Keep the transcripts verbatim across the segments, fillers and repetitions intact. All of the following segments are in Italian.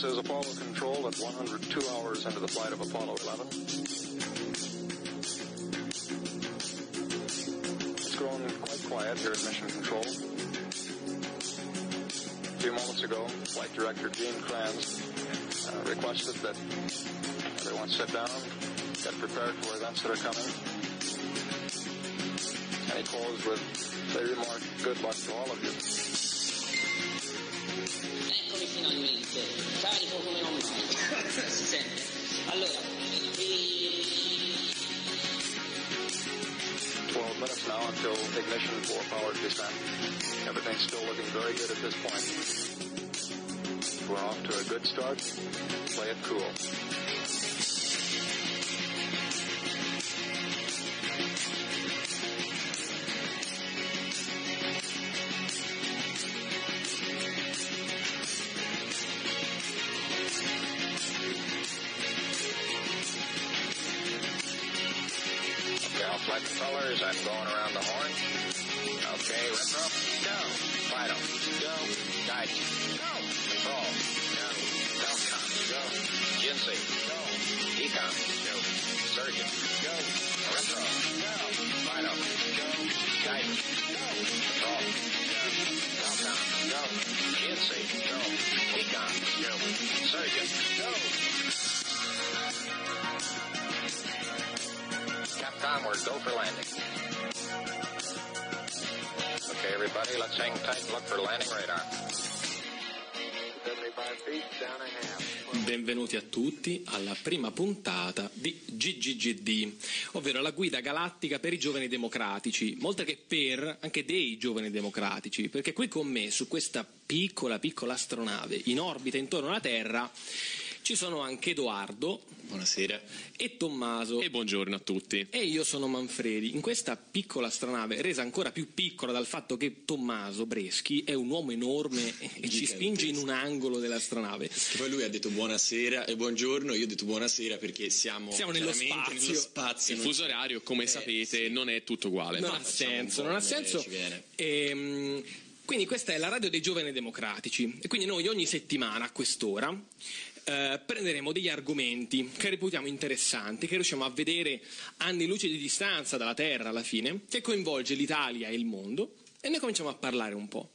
This is Apollo Control at one hundred two hours into the flight of Apollo eleven. It's grown quite quiet here at Mission Control. A few moments ago, Flight Director Gene Kranz uh, requested that everyone sit down, get prepared for events that are coming. And he closed with the remark, good luck to all of you. Eccomi finalmente, carico come non mai. Si sente. Allora, vi... twelve minutes now until ignition for power descent. Everything's still looking very good at this point. We're off to a good start. Play it cool. Flight propellers, I'm going around the horn. Okay, retro, go. Fido, go. Guidance, go. Control, go. Telcom, go. G N C, go. Econ, go. Surgeon, go. Retro, go. Fido, go. Guidance, go. Control, go. Telcom, go. G N C, go. Econ, go. Surgeon, go. Capcom, we're go for landing. Okay, everybody, let's hang tight and look for landing radar. seventy-five feet, down a half. Benvenuti a tutti alla prima puntata di G G G D, ovvero la guida galattica per i giovani democratici, ma oltre che per, anche dei giovani democratici, perché qui con me su questa piccola piccola astronave in orbita intorno alla Terra ci sono anche Edoardo. Buonasera. E Tommaso. E buongiorno a tutti. E io sono Manfredi. In questa piccola astronave, resa ancora più piccola dal fatto che Tommaso Breschi è un uomo enorme e ci spinge in un angolo dell'astronave. Che poi lui ha detto buonasera e buongiorno, io ho detto buonasera perché siamo, siamo nello spazio. nello spazio. Il fuso orario, come eh, sapete, sì. non è tutto uguale. Non ha senso, non ha senso. Ehm, quindi questa è la radio dei giovani democratici e quindi noi ogni settimana a quest'ora Uh, prenderemo degli argomenti che reputiamo interessanti, che riusciamo a vedere anni luce di distanza dalla Terra alla fine, che coinvolge l'Italia e il mondo, e ne cominciamo a parlare un po'.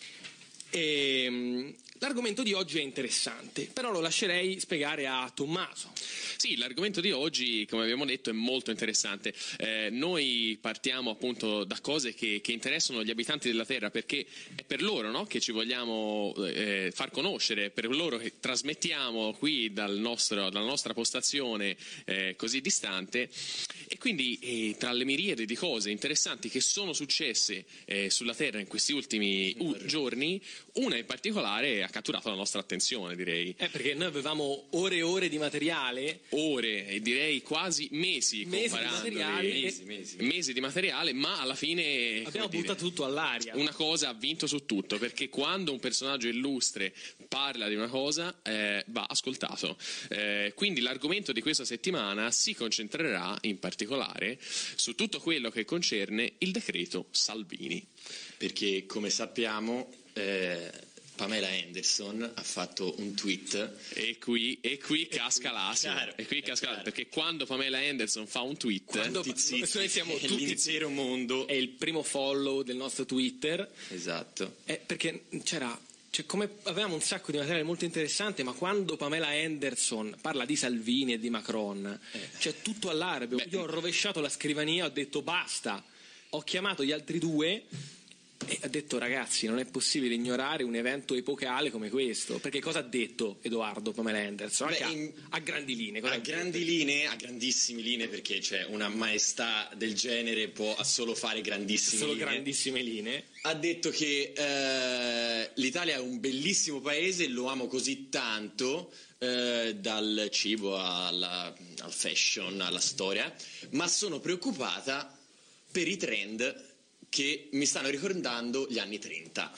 E, um, l'argomento di oggi è interessante, però lo lascerei spiegare a Tommaso. Sì, l'argomento di oggi, come abbiamo detto, è molto interessante. Eh, noi partiamo appunto da cose che, che interessano gli abitanti della Terra, perché è per loro, no, che ci vogliamo eh, far conoscere, è per loro che trasmettiamo qui dal nostro, dalla nostra postazione eh, così distante, e quindi eh, tra le miriadi di cose interessanti che sono successe eh, sulla Terra in questi ultimi u- giorni, una in particolare ha catturato la nostra attenzione, direi. Eh, perché noi avevamo ore e ore di materiale. Ore, e direi quasi mesi, mesi di materiale, mesi, mesi. mesi di materiale, ma alla fine abbiamo buttato tutto all'aria. Una cosa ha vinto su tutto, perché quando un personaggio illustre parla di una cosa eh, va ascoltato. Eh, quindi l'argomento di questa settimana si concentrerà in particolare su tutto quello che concerne il decreto Salvini. Perché, come sappiamo, eh, Pamela Anderson ha fatto un tweet e qui, e qui casca l'asino, chiaro, e qui casca l'asino, perché quando Pamela Anderson fa un tweet, quando zitti, noi siamo tutti, l'intero mondo è il primo follow del nostro Twitter. Esatto. È perché c'era, cioè, come avevamo un sacco di materiale molto interessante, ma quando Pamela Anderson parla di Salvini e di Macron, eh. c'è tutto all'arabo. Io ho rovesciato la scrivania, ho detto basta, ho chiamato gli altri due e ha detto ragazzi, non è possibile ignorare un evento epocale come questo. Perché cosa ha detto Edoardo Pamela Anderson? Beh, in, a, a grandi linee a grandi linee, a grandissime linee, perché c'è una maestà del genere può solo fare grandissime solo linee. grandissime linee. Ha detto che eh, l'Italia è un bellissimo paese, lo amo così tanto, eh, dal cibo alla, al fashion, alla storia, ma sono preoccupata per i trend che mi stanno ricordando gli anni trenta,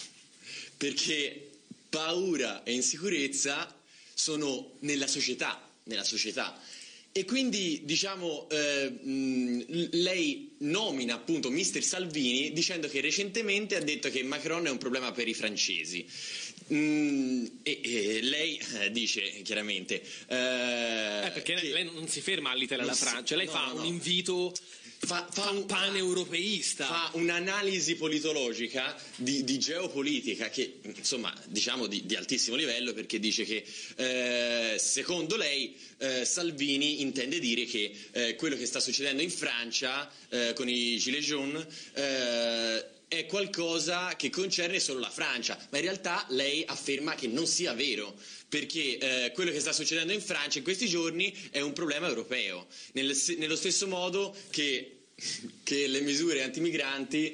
perché paura e insicurezza sono nella società, nella società E quindi, diciamo, eh, mh, lei nomina appunto mister Salvini dicendo che recentemente ha detto che Macron è un problema per i francesi. Mm, e, e lei eh, dice chiaramente eh, Eh, perché che lei non si ferma all'Italia e alla non si- Francia, lei no, fa no, un no. invito fa, fa un- paneuropeista. fa un'analisi politologica di, di geopolitica che insomma diciamo di, di altissimo livello, perché dice che eh, secondo lei eh, Salvini intende dire che eh, quello che sta succedendo in Francia eh, con i Gilets jaunes eh, è qualcosa che concerne solo la Francia, ma in realtà lei afferma che non sia vero, perché eh, quello che sta succedendo in Francia in questi giorni è un problema europeo, nel- nello stesso modo che che le misure antimigranti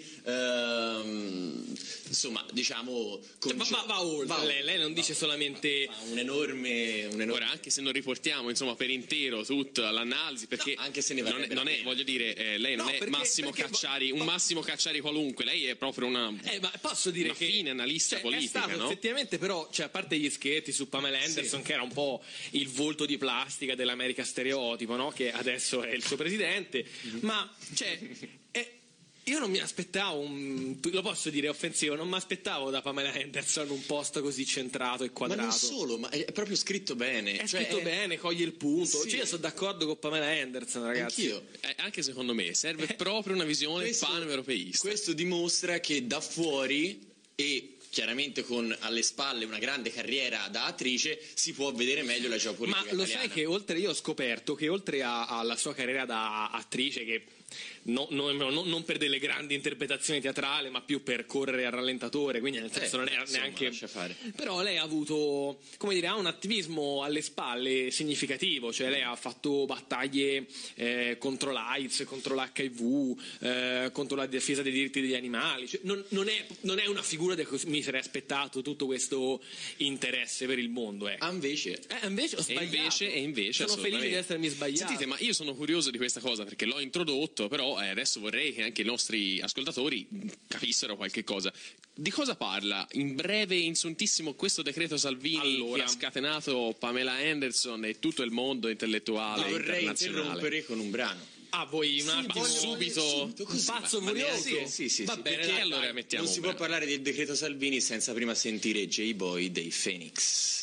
ehm, insomma diciamo Cioè, va, va, va oltre, va- lei, lei non va- dice solamente fa un enorme, un enorme Ora, anche se non riportiamo insomma per intero tutta l'analisi, perché No, anche se ne non, varrebbe è, non la è, pena. voglio dire, eh, lei non No, è perché- Massimo perché- Cacciari, un ma- Massimo Cacciari qualunque, lei è proprio una Eh, ma posso dire una che fine analista cioè, politica, è stato no? effettivamente, però, cioè, a parte gli scherzi su Pamela Anderson, che era un po' il volto di plastica dell'America stereotipo, no? Che adesso è il suo presidente, Mm-hmm. ma cioè, è- io non mi aspettavo un, lo posso dire offensivo, non mi aspettavo da Pamela Anderson un posto così centrato e ma quadrato. non solo, ma è proprio scritto bene, È cioè, scritto bene, coglie il punto. Sì. Cioè, io sono d'accordo con Pamela Anderson, ragazzi. anch'io. Eh, anche secondo me serve proprio una visione Questo- pan-europeista. Questo dimostra che da fuori e chiaramente con alle spalle una grande carriera da attrice si può vedere meglio la geopolitica Ma lo italiana. sai che oltre, io ho scoperto che oltre a- alla sua carriera da attrice, che no- no- no- non per delle grandi interpretazioni teatrali, ma più per correre al rallentatore, quindi nel senso Eh, non era insomma, neanche. lascia fare. Però lei ha avuto, come dire, ha un attivismo alle spalle significativo, cioè lei ha fatto battaglie eh, contro l'AIDS, contro l'H I V, eh, contro la difesa dei diritti degli animali. Cioè, non, non è, non è una figura da cui mi sarei aspettato tutto questo interesse per il mondo. Ecco. Ah, invece Eh, invece ho E sbagliato. invece, e invece sono felice di assolutamente. essermi sbagliato. Sentite, ma io sono curioso di questa cosa perché l'ho introdotto, però eh, adesso vorrei che anche i nostri ascoltatori capissero qualche cosa. Di cosa parla in breve e insuntissimo questo decreto Salvini Allora. che ha scatenato Pamela Anderson e tutto il mondo intellettuale lo vorrei internazionale? interrompere con un brano. Ah, voi un attimo voglio- subito- subito un così, pazzo ma- ma furioso? neanche- sì, sì, Va sì, bene, perché dai, allora dai. mettiamo non si un può brano. parlare del decreto Salvini senza prima sentire J-Boy dei Phoenix.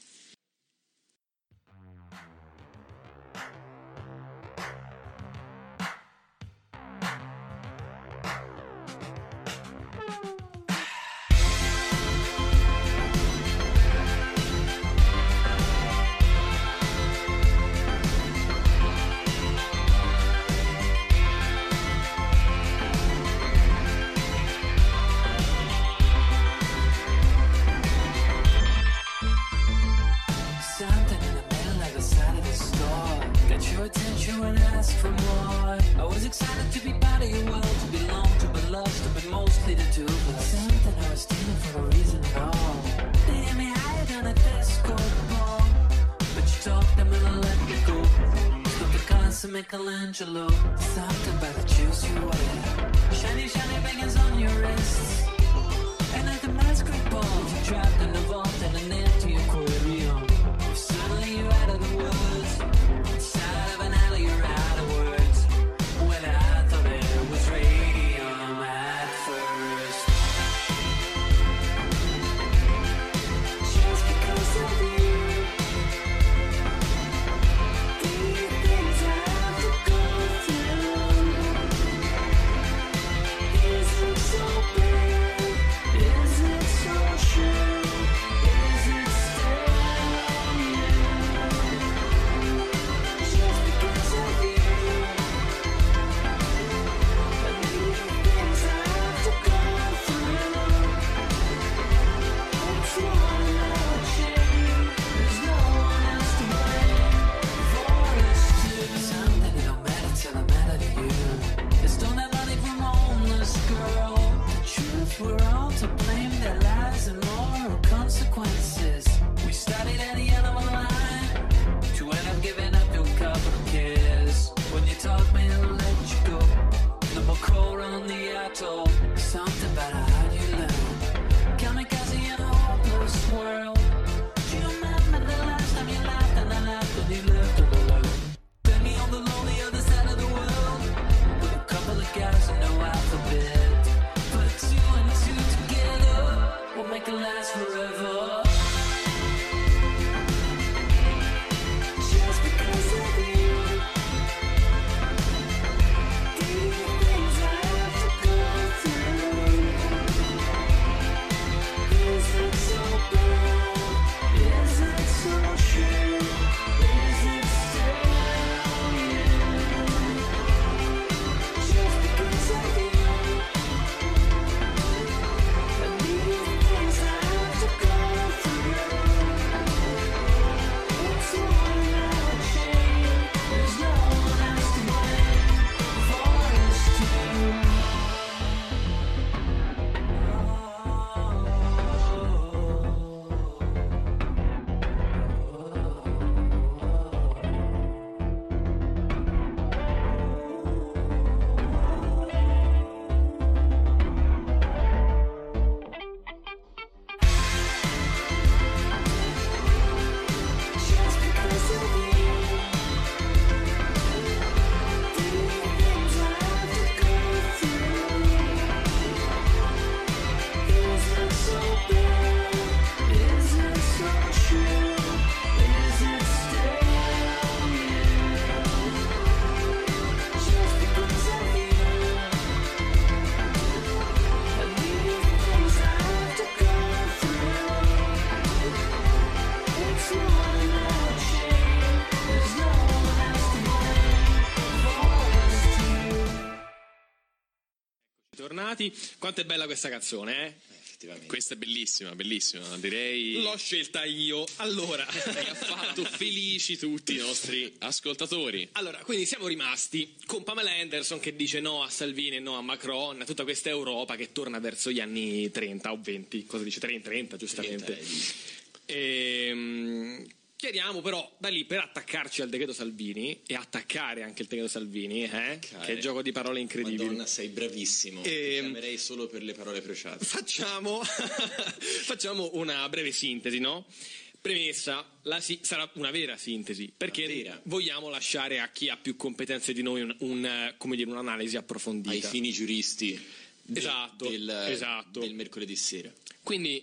Something in the middle of the side of the store got your attention when I asked for more. I was excited to be part of your world, to belong, to be loved, to be mostly the two of us. Something I was stealing for no reason at all. They hit me higher than a disco ball, but you talked them and I let me go. Stop the constant Michelangelo. Something about the shoes you wear, shiny, shiny bangers on your wrists. And at the masquerade ball, you trapped in the vault and an empty aquarium. Suddenly you're out of the woods, inside of an alley you're out of words. When I thought it was radium at first. Just because of you, the things I have to go through. Is it so bad? Is it so true? Is it still you? Just because of you, and the things I have to go through. It's one little change. There's no one else to blame for us two. Something that don't matter till I matter to you. They stole that money from a homeless girl. The truth, we're all to blame. Their lies and moral consequences. We started at the end of a line to end up giving up to a couple of kids. When you taught me to let you go, no more cold on the atoll. Something about how you learn. Kamikaze in a hopeless world. Do you remember the last time you laughed and I laughed when you left all alone? Illuminati. Quanto è bella questa canzone, eh? Questa è bellissima, bellissima, direi. L'ho scelta io. Allora, che ha fatto felici tutti i nostri ascoltatori. Allora, quindi siamo rimasti con Pamela Anderson che dice no a Salvini e no a Macron, tutta questa Europa che torna verso gli anni trenta o venti, cosa dice? trenta, trenta giustamente. E, chiariamo però da lì, per attaccarci al decreto Salvini e attaccare anche il decreto Salvini, eh? Che gioco di parole incredibile. Madonna, sei bravissimo. E... Ti chiamerei solo per le parole prociate. Facciamo, facciamo una breve sintesi, no? Premessa, la si- sarà una vera sintesi, perché vera. vogliamo lasciare a chi ha più competenze di noi un, un, come dire, un'analisi approfondita. Ai fini giuristi de- esatto, del, esatto. del mercoledì sera. Quindi...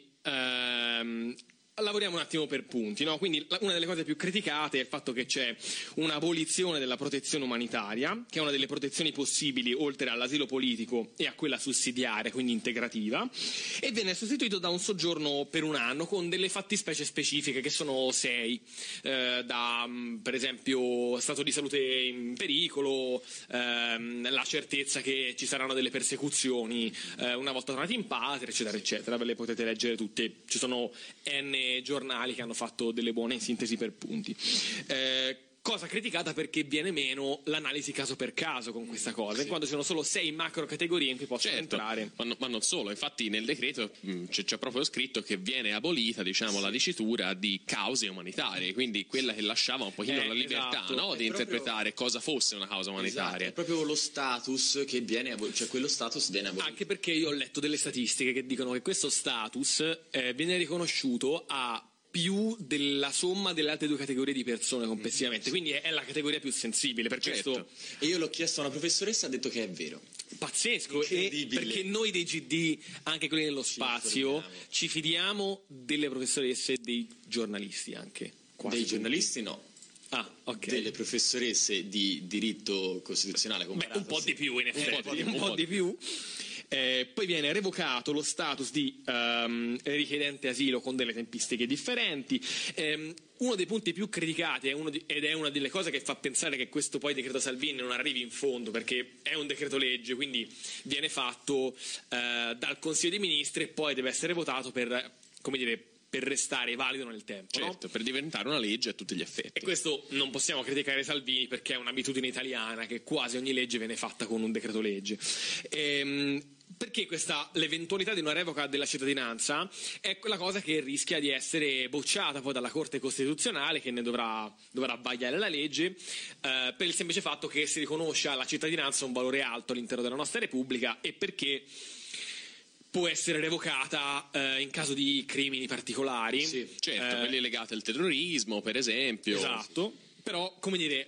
Ehm, lavoriamo un attimo per punti, no? Quindi una delle cose più criticate è il fatto che c'è un'abolizione della protezione umanitaria, che è una delle protezioni possibili oltre all'asilo politico e a quella sussidiaria, quindi integrativa, e viene sostituito da un soggiorno per un anno con delle fattispecie specifiche che sono sei, eh, da per esempio stato di salute in pericolo, ehm, la certezza che ci saranno delle persecuzioni eh, una volta tornati in patria, eccetera, eccetera. Ve le potete leggere tutte, ci sono n giornali che hanno fatto delle buone sintesi per punti. Eh, cosa criticata perché viene meno l'analisi caso per caso con questa cosa, sì. Quando ci sono solo sei macro categorie in cui possono certo, entrare. Ma, no, ma non solo, infatti nel decreto mh, c'è, c'è proprio scritto che viene abolita, diciamo, sì. la dicitura di cause umanitarie, quindi quella che lasciava un pochino eh, la libertà, esatto. no, di proprio... interpretare cosa fosse una causa umanitaria. Esatto, è proprio lo status che viene abolito, cioè quello status viene abolito. Anche perché io ho letto delle statistiche che dicono che questo status eh, viene riconosciuto a più della somma delle altre due categorie di persone complessivamente, quindi è, è la categoria più sensibile, per certo. questo... E io l'ho chiesto a una professoressa, ha detto che è vero. Pazzesco, e perché noi dei G D, anche quelli nello ci spazio, fidiamo. ci fidiamo delle professoresse e dei giornalisti anche. Quasi Dei tutti. giornalisti no. Ah, ok. Delle professoresse di diritto costituzionale comparato. Beh, un po' sì. di più in effetti, un po' di, un po' di più. Eh, poi viene revocato lo status di um, richiedente asilo con delle tempistiche differenti. Eh, uno dei punti più criticati è uno di, ed è una delle cose che fa pensare che questo poi decreto Salvini non arrivi in fondo, perché è un decreto legge, quindi viene fatto eh, dal Consiglio dei Ministri e poi deve essere votato per, come dire, per restare valido nel tempo, certo, no? per diventare una legge a tutti gli effetti. E questo non possiamo criticare Salvini perché è un'abitudine italiana che quasi ogni legge viene fatta con un decreto legge. Ehm, Perché questa, l'eventualità di una revoca della cittadinanza è quella cosa che rischia di essere bocciata poi dalla Corte Costituzionale, che ne dovrà, dovrà vagliare la legge, eh, per il semplice fatto che si riconosce alla cittadinanza un valore alto all'interno della nostra Repubblica e perché può essere revocata eh, in caso di crimini particolari. Sì, certo, eh, quelli legati al terrorismo, per esempio. Esatto, però, come dire,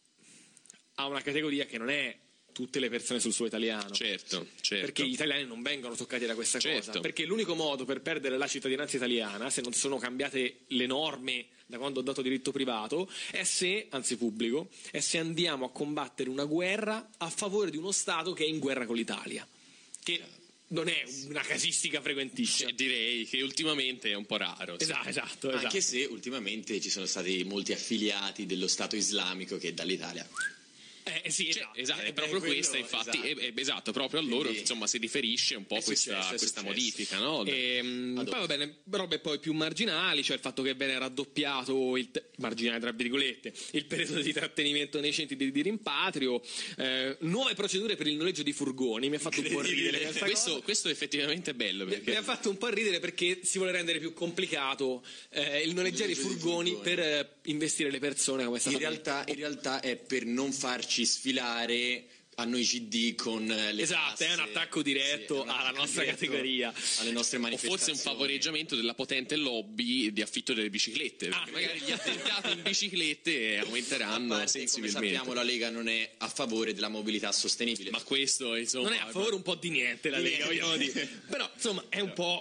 ha una categoria che non è tutte le persone sul suolo italiano. Certo, certo. Perché gli italiani non vengono toccati da questa certo. cosa. Perché l'unico modo per perdere la cittadinanza italiana, se non sono cambiate le norme da quando ho dato diritto privato, è se, anzi pubblico, è se andiamo a combattere una guerra a favore di uno Stato che è in guerra con l'Italia. Che non è una casistica frequentissima. Direi che ultimamente è un po' raro. Esatto, sì. esatto, esatto. Anche se ultimamente ci sono stati molti affiliati dello Stato islamico che dall'Italia... Eh sì, Cioè, esatto, esatto, è eh, proprio quello, questa, infatti, esatto. È, è, esatto, proprio a loro Quindi, insomma si riferisce un po' è questa, successo, è questa successo. modifica, no? E, poi va bene, robe poi più marginali, cioè il fatto che viene raddoppiato il te- marginale tra virgolette il periodo di trattenimento nei centri di, di rimpatrio, eh, nuove procedure per il noleggio di furgoni. Mi ha fatto un po' ridere questa questo, cosa. questo effettivamente è bello Mi- perché Mi ha fatto un po' ridere perché si vuole rendere più complicato eh, il noleggiare i Il noleggio di furgoni, furgoni. per eh, investire le persone come è stato In realtà, in realtà è per non farci sfilare a noi G D con le Esatto, tasse. è un attacco diretto Sì, è un alla attacco nostra diretto categoria. alle nostre o manifestazioni. forse un favoreggiamento della potente lobby di affitto delle biciclette, Ah, perché magari gli attentati in biciclette A aumenteranno parte, come sensibilmente. sappiamo, la Lega non è a favore della mobilità sostenibile. Ma questo insomma Non è a favore un po' di niente la Di Lega, niente. vogliamo dire. Però insomma è un po',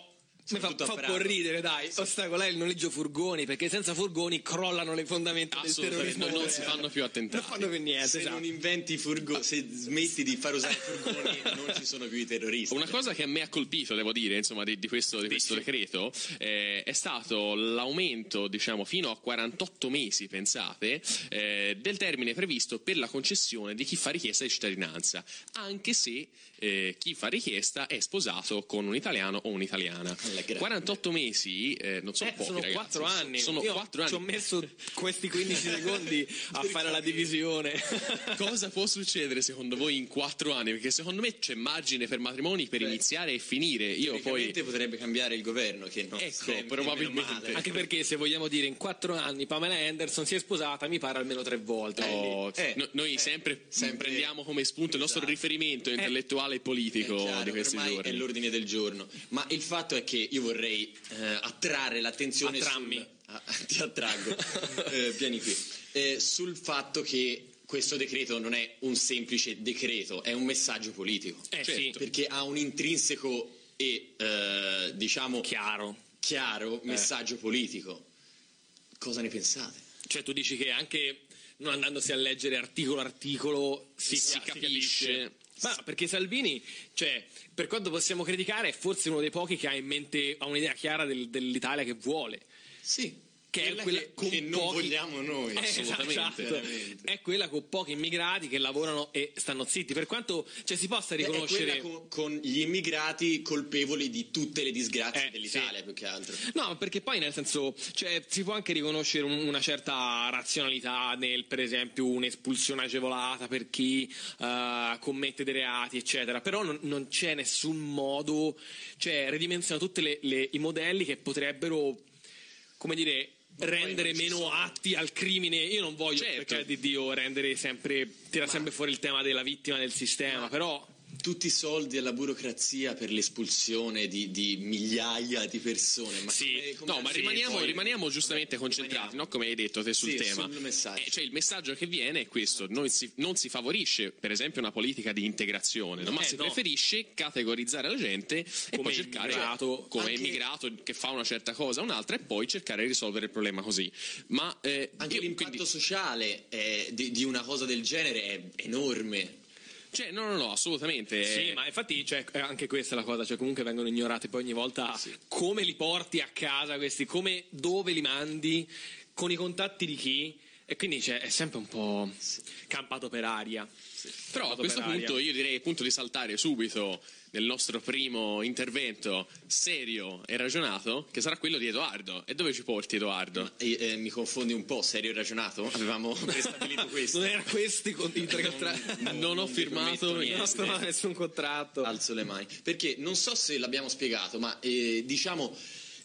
Mi fa, fa un po' ridere, dai. Sì. Ostacolare il noleggio furgoni, perché senza furgoni crollano le fondamenta del terrorismo. Non, non si fanno più attentati. Non fanno più niente. Se esatto. non inventi i furgoni, se smetti di far usare i furgoni, non ci sono più i terroristi. Una cosa che a me ha colpito, devo dire, insomma, di, di, questo, di questo decreto eh, è stato l'aumento, diciamo, fino a quarantotto mesi, pensate, eh, del termine previsto per la concessione di chi fa richiesta di cittadinanza, anche se eh, chi fa richiesta è sposato con un italiano o un'italiana. quarantotto mesi eh, non sono eh, pochi, sono ragazzi. quattro anni. Sono Io quattro anni. Ci ho messo questi quindici secondi a fare la divisione. Cosa può succedere secondo voi in quattro anni? Perché secondo me c'è margine per matrimoni per Beh, iniziare e finire. Io poi potrebbe cambiare il governo, che non ecco, probabilmente. Anche perché se vogliamo dire in quattro anni Pamela Anderson si è sposata, mi pare almeno tre volte. Oh, eh, no, noi eh, sempre, sempre prendiamo come spunto esatto. il nostro riferimento intellettuale eh, e politico chiaro, di questi ormai giorni. È l'ordine del giorno. Ma il fatto è che io vorrei eh, attrarre l'attenzione Attrammi. sul, ah, ti attraggo eh, vieni qui eh, sul fatto che questo decreto non è un semplice decreto, è un messaggio politico, eh, certo, sì. perché ha un intrinseco e eh, diciamo chiaro, chiaro eh. messaggio politico. Cosa ne pensate? Cioè tu dici che anche non andandosi a leggere articolo articolo si, si, si capisce, capisce. Ma perché Salvini, cioè, per quanto possiamo criticare, è forse uno dei pochi che ha in mente, ha un'idea chiara del, dell'Italia che vuole. Sì. Che quella è quella che, con che non pochi... vogliamo noi, eh, assolutamente. Esatto. È quella con pochi immigrati che lavorano e stanno zitti. Per quanto cioè, si possa riconoscere. È quella con, con gli immigrati colpevoli di tutte le disgrazie eh, dell'Italia, sì. più che altro. No, perché poi nel senso, cioè, si può anche riconoscere un, una certa razionalità nel, per esempio, un'espulsione agevolata per chi uh, commette dei reati, eccetera. Però non, non c'è nessun modo, cioè, ridimensiona tutti i modelli che potrebbero, come dire, rendere meno atti al crimine. Io non voglio, certo. perché di Dio, rendere sempre, tira sempre fuori il tema della vittima del sistema, ma però tutti i soldi alla burocrazia per l'espulsione di, di migliaia di persone. Ma sì, come, come no, ma rimaniamo, poi... rimaniamo giustamente concentrati, no? Come hai detto te sul sì, tema. Sul messaggio. Eh, cioè il messaggio che viene è questo: non si, non si favorisce, per esempio, una politica di integrazione, no? ma eh, si no. preferisce categorizzare la gente e come poi cercare immigrato, come anche... immigrato che fa una certa cosa, un'altra, e poi cercare di risolvere il problema così. Ma eh, anche io, l'impatto quindi... sociale è, di, di una cosa del genere è enorme. Cioè, no, no, no, assolutamente. Sì, ma infatti cioè, anche questa è la cosa, cioè comunque vengono ignorati poi ogni volta sì. come li porti a casa questi, come, dove li mandi, con i contatti di chi, e quindi cioè, è sempre un po' sì. campato per aria. Sì. Però a questo punto io direi appunto di saltare subito nel nostro primo intervento serio e ragionato, che sarà quello di Edoardo. E dove ci porti, Edoardo? Eh, eh, mi confondi un po', serio e ragionato? Avevamo prestabilito questo. Non era questi i tre contratti. Non, non ho firmato niente. Non ho firmato nessun contratto. Alzo le mani. Perché non so se l'abbiamo spiegato, ma eh, diciamo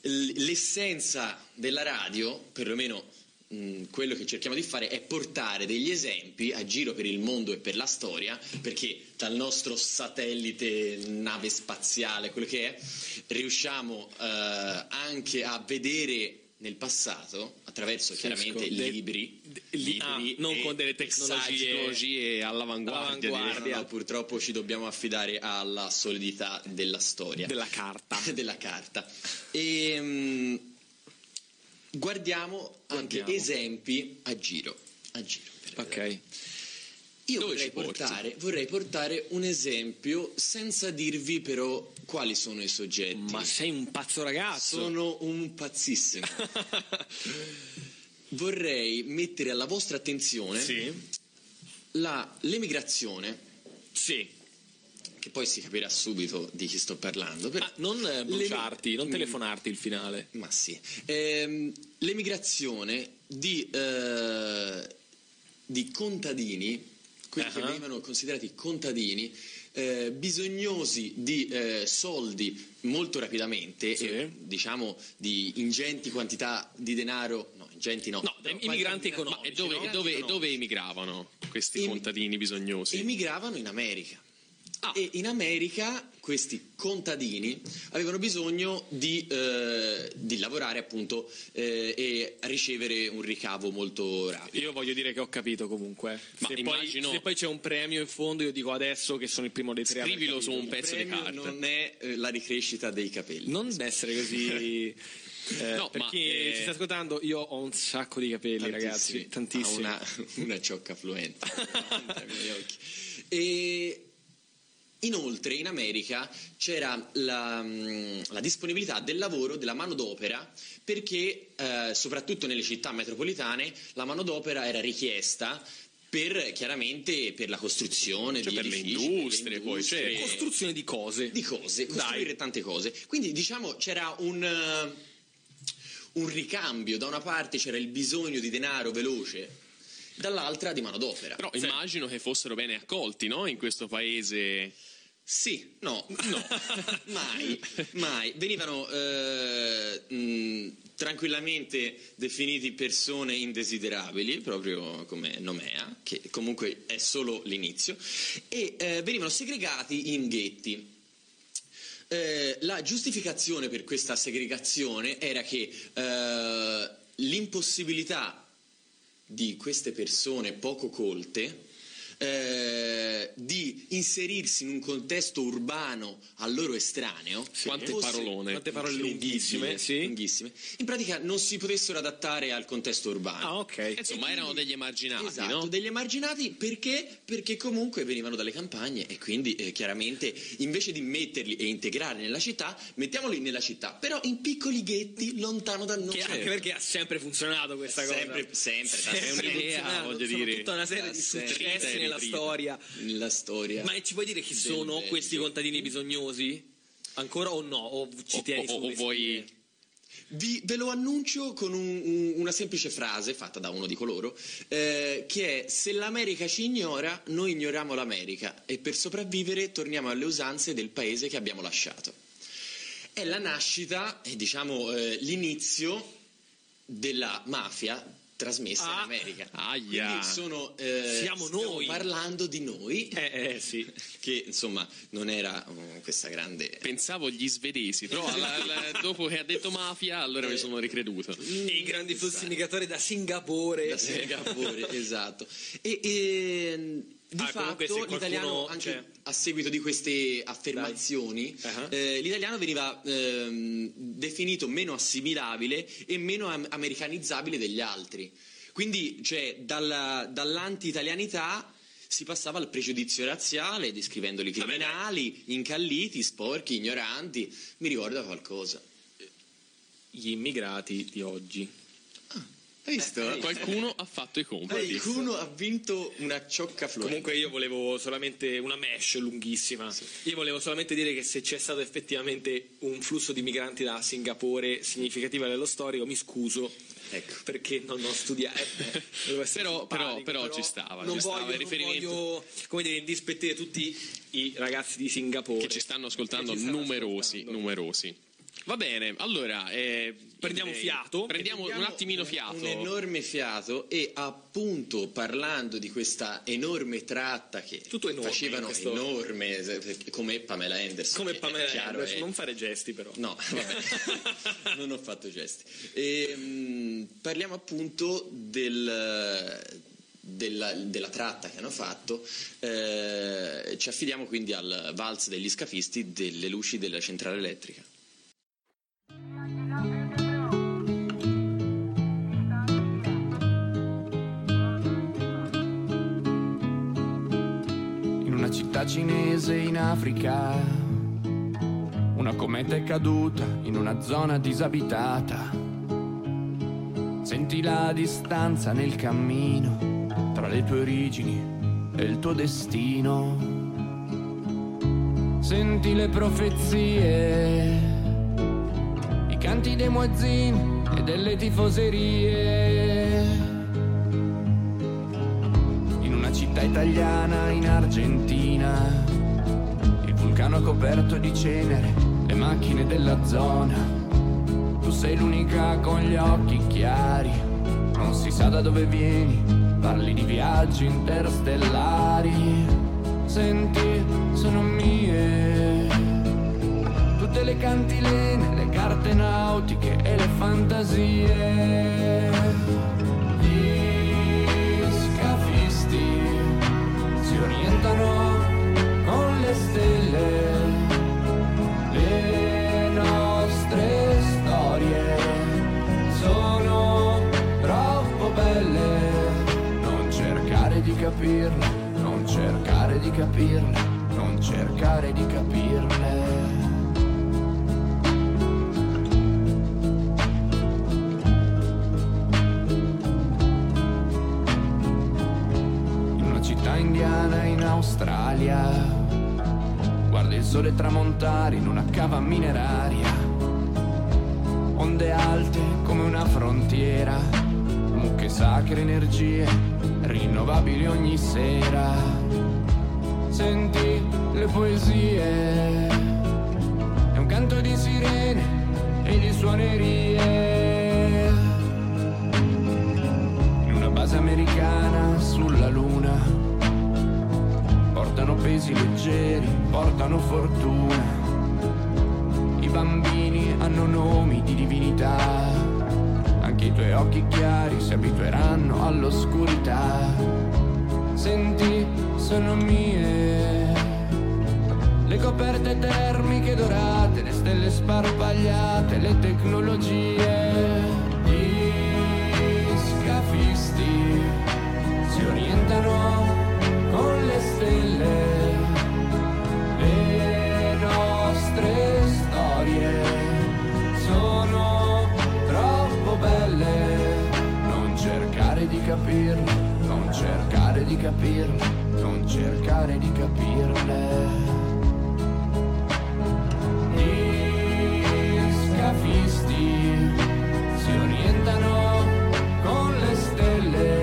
l'essenza della radio, perlomeno quello che cerchiamo di fare, è portare degli esempi a giro per il mondo e per la storia, perché dal nostro satellite, nave spaziale, quello che è, riusciamo eh, anche a vedere nel passato, attraverso sì, chiaramente de, libri, de, libri ah, non con delle tecnologie, tecnologie all'avanguardia, all'avanguardia. No, no, purtroppo ci dobbiamo affidare alla solidità della storia, della carta della carta e mh, guardiamo, guardiamo anche esempi a giro, a giro ok. Io vorrei portare, vorrei portare un esempio senza dirvi però quali sono i soggetti. Ma sei un pazzo ragazzo. Sono un pazzissimo. Vorrei mettere alla vostra attenzione sì. la, l'emigrazione. Sì. Che poi si capirà subito di chi sto parlando. Per... Ah, non eh, bruciarti, non telefonarti il finale. Ma sì. Ehm, l'emigrazione di, eh, di contadini, quelli uh-huh. che venivano considerati contadini, eh, bisognosi di eh, soldi molto rapidamente, sì. e, diciamo di ingenti quantità di denaro, no, ingenti no. No, no immigranti economici. E dove, no? dove, dove emigravano questi Em- contadini bisognosi? Emigravano in America. Ah. E in America questi contadini avevano bisogno di, eh, di lavorare appunto eh, e ricevere un ricavo molto rapido. Io voglio dire che ho capito comunque. Ma se, immagino... poi, se poi c'è un premio in fondo, io dico adesso che sono il primo dei tre. Scrivilo su un pezzo di carta. Non è eh, la ricrescita dei capelli. Non deve essere così. Eh, no, per ma, chi eh... ci sta ascoltando, io ho un sacco di capelli, ragazzi, tantissimi. Ha una, una ciocca fluente. E inoltre in America c'era la, la disponibilità del lavoro, della manodopera, perché eh, soprattutto nelle città metropolitane la manodopera era richiesta per, chiaramente, per la costruzione, cioè di per edifici, le industrie, le poi c'è costruzione di cose, di cose, costruire Dai. tante cose. Quindi diciamo c'era un un ricambio, da una parte c'era il bisogno di denaro veloce, dall'altra di manodopera. Però sì. Immagino che fossero bene accolti, no? In questo paese. Sì, no, no, mai, mai. Venivano eh, mh, tranquillamente definiti persone indesiderabili, proprio come Nomea, che comunque è solo l'inizio, e eh, venivano segregati in ghetti. Eh, la giustificazione per questa segregazione era che eh, l'impossibilità di queste persone poco colte eh, di inserirsi in un contesto urbano a loro estraneo, sì. Quante fosse, parolone, quante parole lunghissime, sì. lunghissime, in pratica non si potessero adattare al contesto urbano. Ah, ok. Insomma, quindi, erano degli emarginati, esatto, no? degli emarginati perché? Perché comunque venivano dalle campagne e quindi eh, chiaramente invece di metterli e integrarli nella città, mettiamoli nella città, però in piccoli ghetti lontano da noi. Che anche perché ha sempre funzionato questa sempre, cosa. Sempre, sempre. È un'idea, voglio Sono dire. tutta una serie Da di sempre. successi nella Trita. storia. Nella storia. Ma ci puoi dire chi del sono Belgio. questi contadini bisognosi? Ancora o no? O ci tieni o, o, o vuoi... Vi, ve lo annuncio con un, un, una semplice frase fatta da uno di coloro, eh, che è: se l'America ci ignora, noi ignoriamo l'America e per sopravvivere torniamo alle usanze del paese che abbiamo lasciato. È la nascita e diciamo eh, l'inizio della mafia trasmessa Ah, in America. Aia. Quindi sono, eh, Siamo stiamo noi. parlando di noi, Eh, eh sì. che insomma non era um, questa grande... Pensavo gli svedesi, però alla- alla- dopo che ha detto mafia, allora mi sono ricreduto. E i grandi flussi migratori da Singapore. da Singapore, esatto. E, e di Ah, comunque fatto se qualcuno- l'italiano, anche cioè- a seguito di queste affermazioni, Uh-huh. eh, l'italiano veniva ehm, definito meno assimilabile e meno am- americanizzabile degli altri. Quindi, cioè, dalla, dall'anti-italianità si passava al pregiudizio razziale, descrivendoli criminali, incalliti, sporchi, ignoranti. Mi ricorda qualcosa. Gli immigrati di oggi. Hai visto? Eh, Qualcuno ha fatto i compiti. Qualcuno ha vinto una ciocca fluente. Comunque io volevo solamente una mesh lunghissima. Io volevo solamente dire che se c'è stato effettivamente un flusso di migranti da Singapore significativo nello storico, mi scuso. Ecco. Perché non ho studiato. Eh, devo essere Però- però- simpatico, però ci stava, Non ci stava voglio, il riferimento. non voglio come dire, indispettire tutti i ragazzi di Singapore Che ci stanno ascoltando, che ci stanno numerosi, ascoltando. numerosi. Va bene, allora eh, Prendiamo direi- fiato. Prendiamo un attimino fiato. Un enorme fiato e appunto parlando di questa enorme tratta che Tutto enorme, facevano questo- enorme eh, come Pamela Anderson. Come che è Pamela chiaro, Anderson, è- non fare gesti però. No, vabbè, non ho fatto gesti. E, mh, parliamo appunto del, della, della tratta che hanno fatto. Eh, ci affidiamo quindi al valzer degli scafisti delle luci della centrale elettrica. In una città cinese in Africa, una cometa è caduta in una zona disabitata. Senti la distanza nel cammino tra le tue origini e il tuo destino. Senti le profezie, i canti dei muezzin e delle tifoserie. In una città italiana in Argentina, il vulcano coperto di cenere, le macchine della zona. Tu sei l'unica con gli occhi chiari, non si sa da dove vieni, parli di viaggi interstellari. Senti, sono mie tutte le cantilene, le carte nautiche e le fantasie. Gli scafisti si orientano con le stelle, le nostre storie sono troppo belle. Non cercare di capirle, non cercare di capirle, non cercare di capirle. Indiana in Australia, guarda il sole tramontare in una cava mineraria, onde alte come una frontiera, mucche sacre, energie rinnovabili ogni sera. Senti le poesie, è un canto di sirene e di suonerie, in una base americana sulla luna. Portano pesi leggeri, portano fortuna. I bambini hanno nomi di divinità. Anche i tuoi occhi chiari si abitueranno all'oscurità. Senti, sono mie le coperte termiche dorate, le stelle sparpagliate, le tecnologie. Gli scafisti si orientano con le stelle, le nostre storie sono troppo belle. Non cercare di capirle, non cercare di capirle, non cercare di capirle. Gli scafisti si orientano con le stelle,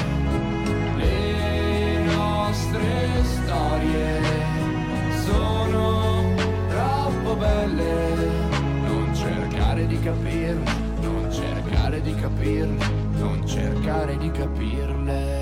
le storie sono troppo belle. Non cercare di capirle, non cercare di capirle, non cercare di capirle.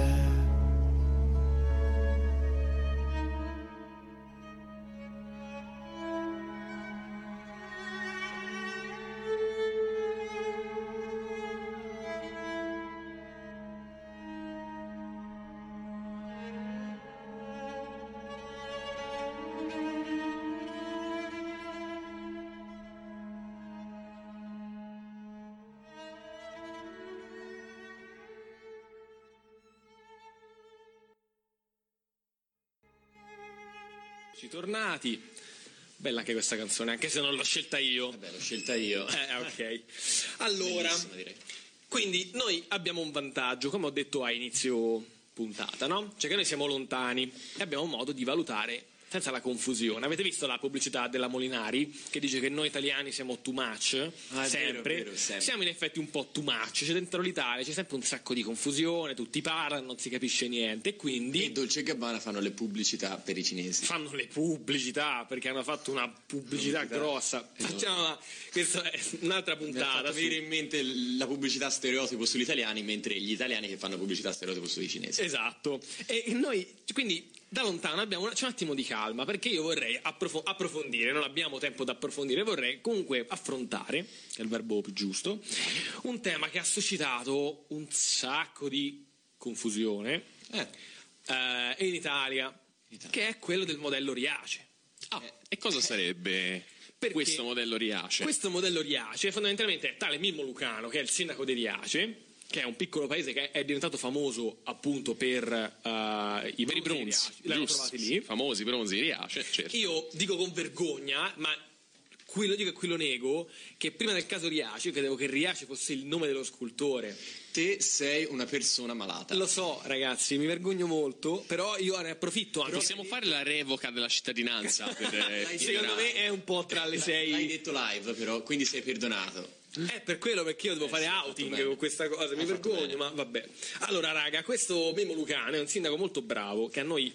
Ci tornati. Bella anche questa canzone, anche se non l'ho scelta io. Vabbè, l'ho scelta io. Eh, ok. Allora, direi. Quindi noi abbiamo un vantaggio, come ho detto a inizio puntata, no? Cioè che noi siamo lontani e abbiamo un modo di valutare senza la confusione. Avete visto la pubblicità della Molinari che dice che noi italiani siamo too much? Ah, è sempre. vero, vero, sempre. Siamo in effetti un po' too much. C'è dentro l'Italia c'è sempre un sacco di confusione, tutti parlano, non si capisce niente e quindi E Dolce e Gabbana fanno le pubblicità per i cinesi. fanno le pubblicità perché hanno fatto una pubblicità, Pubblicità. grossa. Facciamo una- questa è un'altra Mi ha puntata. fatto su- venire in mente la pubblicità stereotipo sugli italiani, mentre gli italiani che fanno pubblicità stereotipo sui cinesi. Esatto. E noi quindi da lontano abbiamo una- c'è un attimo di calma perché io vorrei approfo- approfondire, non abbiamo tempo da approfondire, vorrei comunque affrontare, che è il verbo più giusto, un tema che ha suscitato un sacco di confusione Eh, eh, in Italia, Italia. che è quello del modello Riace. Ah, e cosa sarebbe Perché questo modello Riace? Questo modello Riace fondamentalmente è tale Mimmo Lucano, che è il sindaco di Riace, che è un piccolo paese che è diventato famoso appunto per uh, i Per i bronzi di bronzi, Riace. L'hanno giusto, trovati lì. famosi bronzi di Riace, certo. Io dico con vergogna, ma qui lo dico e qui lo nego, che prima del caso Riace io credevo che Riace fosse il nome dello scultore. te sei una persona malata. Lo so, ragazzi, mi vergogno molto, però io ne approfitto anche. Possiamo fare la revoca della cittadinanza per eh, Secondo me è un po' tra le sei. L'hai detto live, però, quindi sei perdonato. È per quello perché io devo Eh, fare sì, hai fatto outing bene. con questa cosa, mi Hai fatto vergogno, bene. ma vabbè. Allora, raga, questo Mimmo Lucano è un sindaco molto bravo che a noi,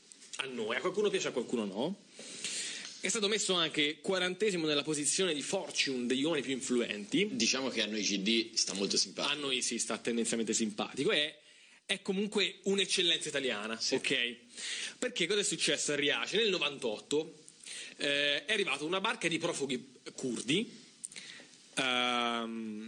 a noi, a qualcuno piace, a qualcuno no. È stato messo anche quarantesimo nella posizione di Fortune degli uomini più influenti. Diciamo che a noi C D sta molto A simpatico. noi si sta tendenzialmente simpatico e è comunque un'eccellenza italiana, sì. Ok? Perché cosa è successo a Riace? Nel novantotto eh, è arrivata una barca di profughi curdi ehm,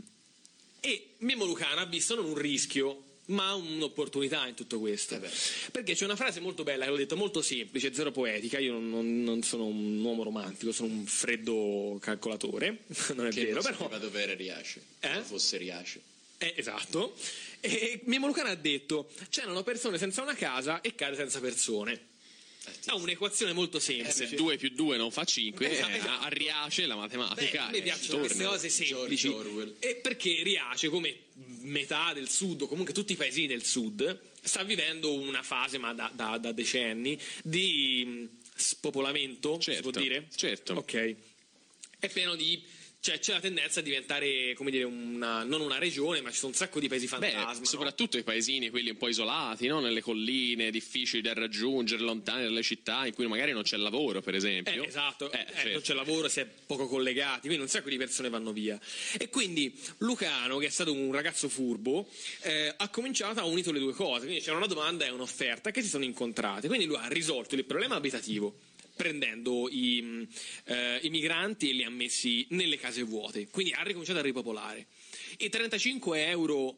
e Mimmo Lucano ha visto non un rischio ma un'opportunità in tutto questo, eh perché c'è una frase molto bella che l'ho detto, molto semplice, zero poetica. Io non, non, non sono un uomo romantico, sono un freddo calcolatore, non è che vero, non però sapeva dove era Riace, eh? se fosse Riace. Eh, esatto. E Mimmo Lucano ha detto: c'erano persone senza una casa e case senza persone. Ha un'equazione molto semplice. Eh, se due più due non fa cinque, esatto, eh, esatto. a Riace la matematica. Beh, a me piacciono queste cose semplici. E perché Riace, come metà del sud, o comunque tutti i paesini del sud, sta vivendo una fase, ma da, da, da decenni, di spopolamento, certo, si può dire? Certo. Ok. È pieno di... Cioè c'è la tendenza a diventare, come dire, una, non una regione, ma ci sono un sacco di paesi fantasma. Beh, soprattutto no? I paesini, quelli un po' isolati, no? Nelle colline, difficili da raggiungere, lontani dalle città, in cui magari non c'è lavoro, per esempio. Eh, esatto, eh, eh, certo. Non c'è lavoro, si è poco collegati, quindi un sacco di persone vanno via. E quindi Lucano, che è stato un ragazzo furbo, eh, ha cominciato, ha unito le due cose. Quindi c'era una domanda e un'offerta che si sono incontrate. Quindi lui ha risolto il problema abitativo, prendendo i, eh, i migranti e li ha messi nelle case vuote, quindi ha ricominciato a ripopolare. I trentacinque euro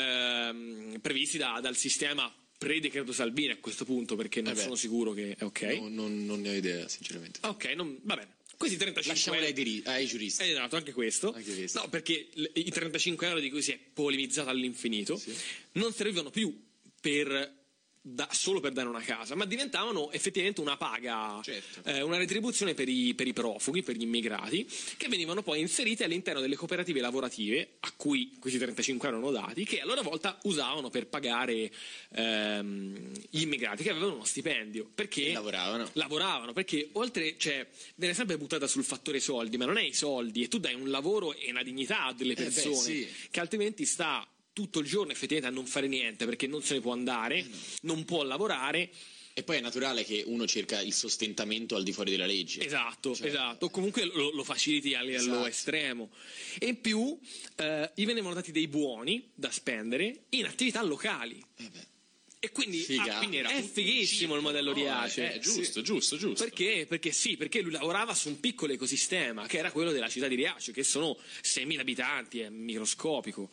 ehm, previsti da, dal sistema pre-decreto Salvini a questo punto, perché non eh sono sicuro che è ok. No, non, non ne ho idea, sinceramente. Ok, non, va bene. Questi trentacinque lasciamoli euro... ai, diri- ai giuristi. Eh, esatto, anche questo. Anche questo. No, perché l- i trentacinque euro di cui si è polemizzato all'infinito, sì, non servivano più per... Da, solo per dare una casa, ma diventavano effettivamente una paga, certo. eh, una retribuzione per i, per i profughi, per gli immigrati, che venivano poi inseriti all'interno delle cooperative lavorative a cui questi trentacinque euro erano dati, che a loro volta usavano per pagare ehm, gli immigrati che avevano uno stipendio, perché e lavoravano. lavoravano perché oltre, cioè, viene sempre buttata sul fattore soldi, ma non è i soldi, e tu dai un lavoro e una dignità a delle persone eh beh, sì. che altrimenti sta tutto il giorno effettivamente a non fare niente, perché non se ne può andare, non può lavorare. E poi è naturale che uno cerca il sostentamento al di fuori della legge. Esatto, cioè, esatto. Comunque lo, lo faciliti a livello esatto. estremo. E in più eh, gli venivano dati dei buoni da spendere in attività locali. Eh beh. E quindi, ah, quindi era è fighissimo il modello Riace. Eh, eh, giusto, sì. giusto, giusto. Perché? Perché sì, perché lui lavorava su un piccolo ecosistema che era quello della città di Riace, che sono seimila abitanti, è microscopico.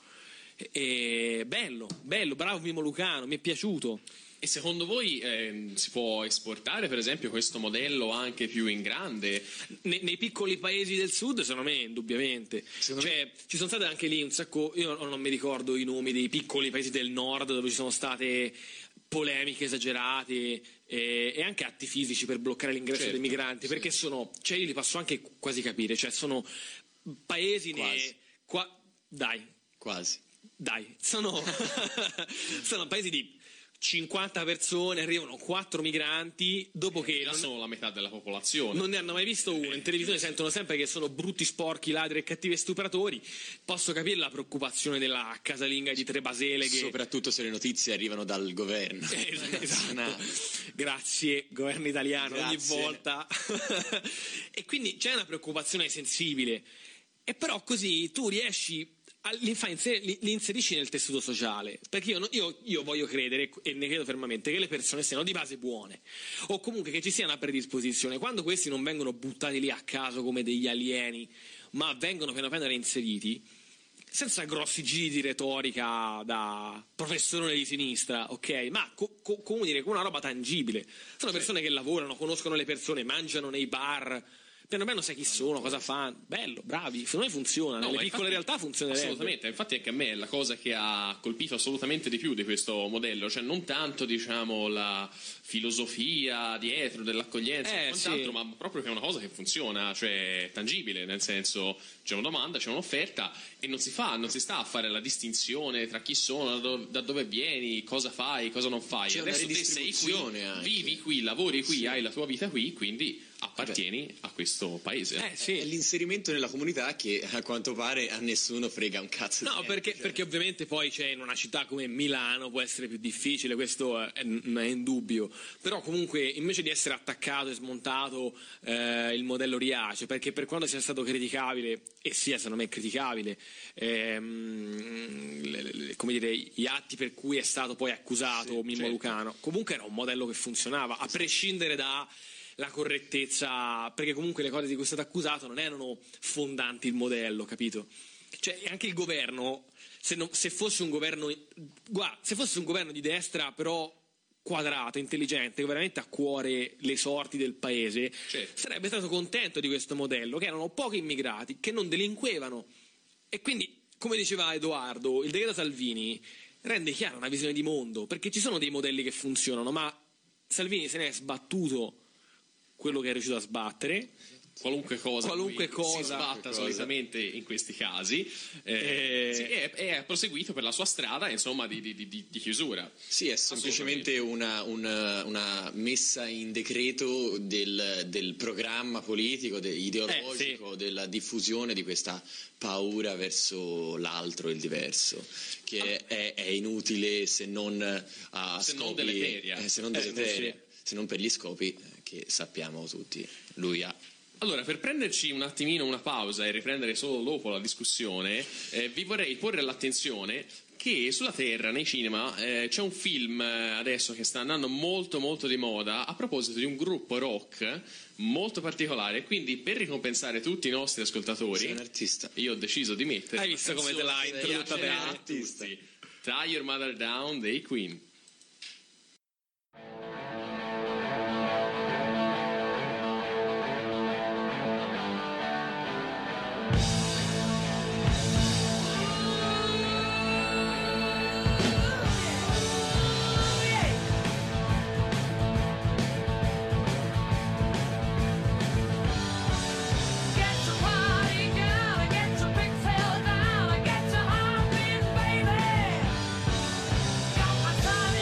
E bello, bello, bravo Mimmo Lucano, mi è piaciuto. E secondo voi eh, si può esportare per esempio questo modello anche più in grande? Ne, nei piccoli paesi del sud, secondo me, indubbiamente. Secondo cioè, me... ci sono state anche lì un sacco, io non mi ricordo i nomi dei piccoli paesi del nord dove ci sono state polemiche esagerate e, e anche atti fisici per bloccare l'ingresso certo, dei migranti, perché sì. sono, cioè io li posso anche quasi capire, cioè sono paesi ne, qua, dai, quasi. Dai, sono, sono paesi di cinquanta persone, arrivano quattro migranti, dopo che non sono la metà della popolazione. Non ne hanno mai visto uno, in televisione sentono sempre che sono brutti, sporchi, ladri e cattivi stupratori. Posso capire la preoccupazione della casalinga di Trebasele che... Soprattutto se le notizie arrivano dal governo. Esatto. Grazie, governo italiano, Grazie. ogni volta. E quindi c'è una preoccupazione sensibile. E però così tu riesci... Li, fa inser- li, li inserisci nel tessuto sociale, perché io, io, io voglio credere, e ne credo fermamente, che le persone siano di base buone, o comunque che ci sia una predisposizione. Quando questi non vengono buttati lì a caso come degli alieni, ma vengono piano piano reinseriti, senza grossi giri di retorica da professore di sinistra, ok? Ma co- co- come dire, con una roba tangibile. Sono persone che lavorano, conoscono le persone, mangiano nei bar, piano piano sai chi sono, cosa fanno. Bello, bravi, secondo me funziona, No, nelle ma piccole infatti, realtà funzionerebbe. Assolutamente, infatti anche a me è la cosa che ha colpito assolutamente di più di questo modello, cioè non tanto diciamo la filosofia dietro dell'accoglienza Eh, e quant'altro, sì. ma proprio che è una cosa che funziona, cioè tangibile, nel senso c'è una domanda, c'è un'offerta e non si fa, non si sta a fare la distinzione tra chi sono, da dove, da dove vieni, cosa fai, cosa non fai. C'è una Adesso te sei qui, ridistribuzione anche. vivi qui, lavori qui, Sì. hai la tua vita qui, quindi appartieni a questo paese. Eh sì. È l'inserimento nella comunità che a quanto pare a nessuno frega un cazzo. No, di perché, niente, perché ovviamente poi c'è in una città come Milano può essere più difficile, questo è, è indubbio, però comunque invece di essere attaccato e smontato eh, il modello Riace, perché per quanto sia stato criticabile, e sia secondo me criticabile, ehm, le, le, come dire, gli atti per cui è stato poi accusato sì, Mimmo certo. Lucano, comunque era un modello che funzionava, a prescindere da la correttezza, perché comunque le cose di cui è stato accusato non erano fondanti il modello, capito? Cioè anche il governo, se, non, se fosse un governo guarda, se fosse un governo di destra però quadrato, intelligente, che veramente ha a cuore le sorti del paese, certo. sarebbe stato contento di questo modello, che erano pochi immigrati, che non delinquevano, e quindi, come diceva Edoardo, il decreto Salvini rende chiara una visione di mondo, perché ci sono dei modelli che funzionano, ma Salvini se ne è sbattuto quello che è riuscito a sbattere, qualunque cosa, qualunque cosa si sbatta solitamente in questi casi, eh, sì, e, e ha proseguito per la sua strada, insomma, di, di, di, di chiusura. Sì, è semplicemente una, una, una messa in decreto del, del programma politico, de, ideologico, eh, sì. della diffusione di questa paura verso l'altro, il diverso, che ah. è, è inutile se non a se scopi, non deleteria, eh, se non deleteria, eh, sì. se non per gli scopi che sappiamo tutti lui ha. Allora, per prenderci un attimino una pausa e riprendere solo dopo la discussione, eh, vi vorrei porre all'attenzione che sulla Terra, nei cinema, eh, c'è un film adesso che sta andando molto molto di moda a proposito di un gruppo rock molto particolare, quindi per ricompensare tutti i nostri ascoltatori, sei un artista. Io ho deciso di mettere... Hai visto come te l'ha introdotta bene? Tie Your Mother Down dei Queen. Got my son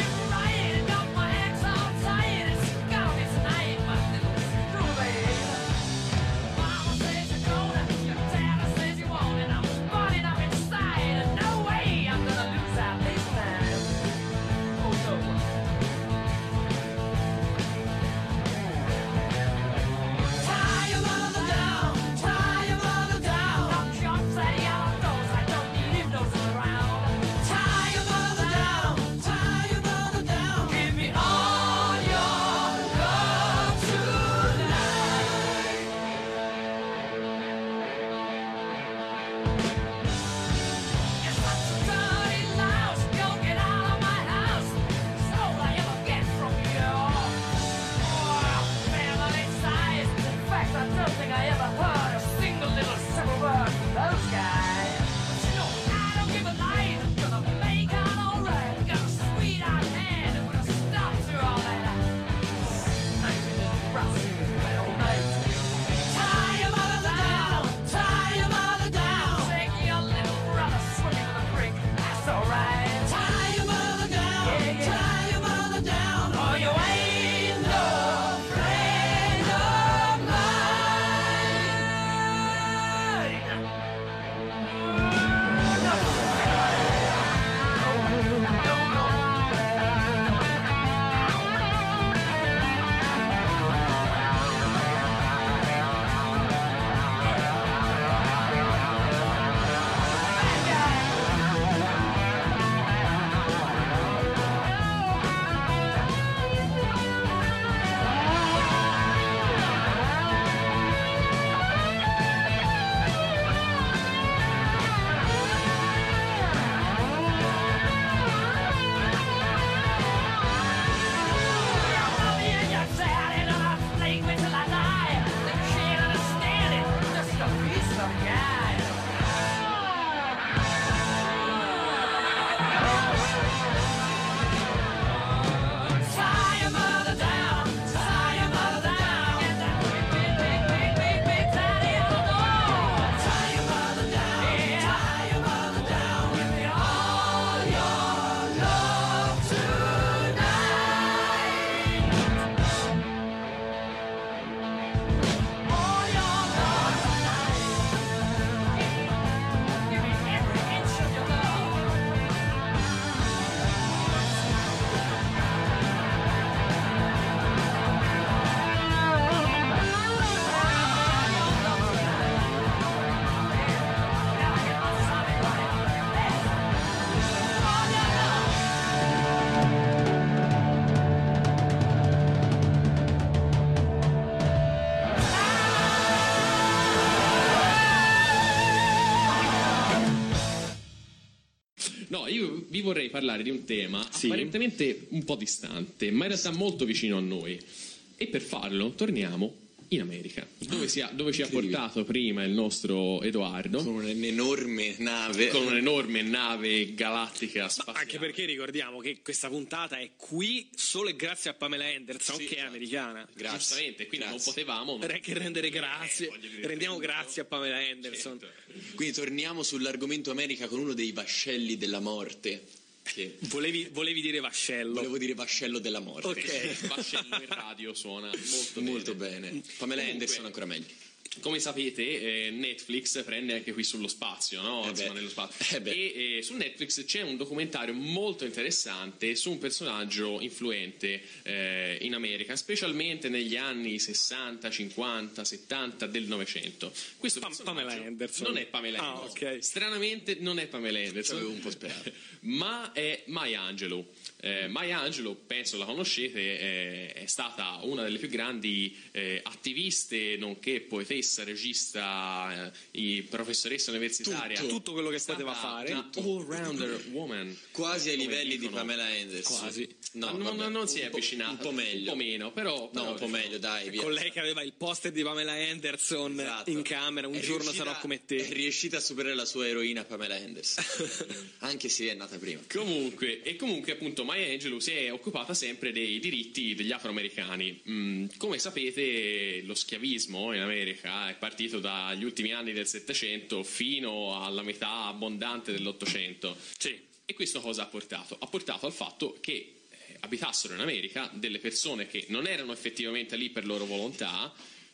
No, io vi vorrei parlare di un tema Sì. apparentemente un po' distante, ma in realtà molto vicino a noi. E per farlo torniamo in America, dove, si ha- dove ci ha portato prima il nostro Edoardo, Con un'enorme nave. con un'enorme nave galattica spaziale. Anche perché ricordiamo che questa puntata è qui solo e grazie a Pamela Anderson, Sì, che è esatto. americana. Grazie. Giustamente, quindi non Grazie. potevamo... Direi che rendere grazie, Eh, voglio dire, rendiamo appunto. grazie a Pamela Anderson. Certo. Quindi torniamo sull'argomento America con uno dei vascelli della morte. Che Volevi, volevi dire vascello. volevo dire vascello della morte. Ok. Vascello in radio suona molto, Molto bene. bene. Pamela Comunque, Anderson ancora meglio. Come sapete, eh, Netflix prende anche qui sullo spazio, no? Eh Insomma, beh. nello spazio. Eh beh. E eh, su Netflix c'è un documentario molto interessante su un personaggio influente eh, in America, specialmente negli anni sessanta, cinquanta, settanta del Novecento. Questo Pam- personaggio Pamela Anderson. non è Pamela Ah, Anderson. ok. Stranamente non è Pamela Ci Anderson. avevo un po' sperato. Ma è Maya Angelou. Eh, Maya Angelou, penso la conoscete, eh, è stata una delle più grandi eh, attiviste, nonché poetessa, regista, eh, i- professoressa universitaria. Tutto. Tutto quello che È stata poteva fare. una all-rounder woman. Quasi ai come livelli dicono. di Pamela Anderson. Quasi. No, Ah, non, vabbè, non si è un po'- avvicinata. Un po' meglio. Un po' meno, però... No, però, un po' meglio, dai, via. Con lei che aveva il poster di Pamela Anderson Esatto. in camera, un È giorno riuscita- sarò come È te. riuscita a superare la sua eroina Pamela Anderson. Anche se è nata prima. Comunque, e comunque appunto Maya Angelou si è occupata sempre dei diritti degli afroamericani. Mm, come sapete, lo schiavismo in America è partito dagli ultimi anni del Settecento fino alla metà abbondante dell'Ottocento. Sì. E questo cosa ha portato? Ha portato al fatto che eh, abitassero in America delle persone che non erano effettivamente lì per loro volontà,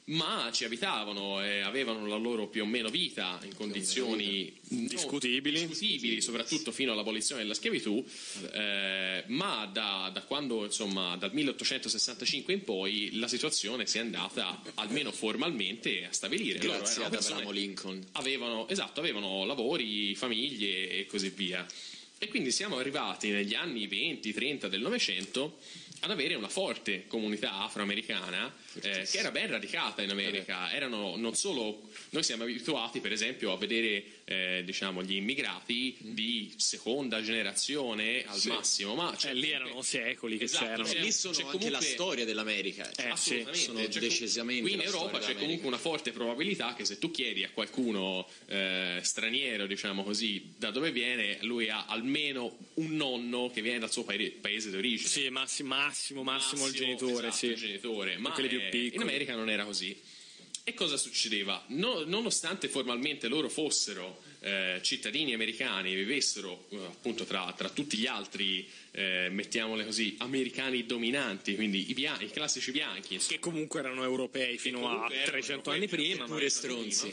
ma ci abitavano e avevano la loro più o meno vita in condizioni non Discutibili. discutibili, soprattutto fino all'abolizione della schiavitù, eh, ma da, da quando, insomma, dal milleottocentosessantacinque in poi la situazione si è andata, almeno formalmente, a stabilire. Loro Grazie erano ad persone- Abramo Lincoln. avevano, esatto, avevano lavori, famiglie e così via. E quindi siamo arrivati negli anni venti trenta del Novecento ad avere una forte comunità afroamericana eh, che era ben radicata in America. Erano non solo, noi siamo abituati per esempio a vedere eh, diciamo gli immigrati di seconda generazione al Sì. massimo, ma c'è Eh, lì comunque- erano secoli che Esatto, c'erano. c'è- E lì sono c'è anche comunque- la storia dell'America. Eh, Assolutamente, sono C'è com- decisamente qui in la Europa storia c'è dell'America. comunque una forte probabilità che se tu chiedi a qualcuno eh, straniero, diciamo così, da dove viene, lui ha almeno un nonno che viene dal suo paese, paese d'origine. Sì, massimo, massimo, massimo il Massimo, genitore, esatto, sì. il genitore, ma Quelli più eh, piccoli. in America non era così. E cosa succedeva? No- nonostante formalmente loro fossero eh, cittadini americani, vivessero eh, appunto tra, tra tutti gli altri, eh, mettiamole così, americani dominanti, quindi i, bia- i classici bianchi, insomma, Che comunque erano europei fino a comunque erano trecento europei, anni prima. Pure stronzi.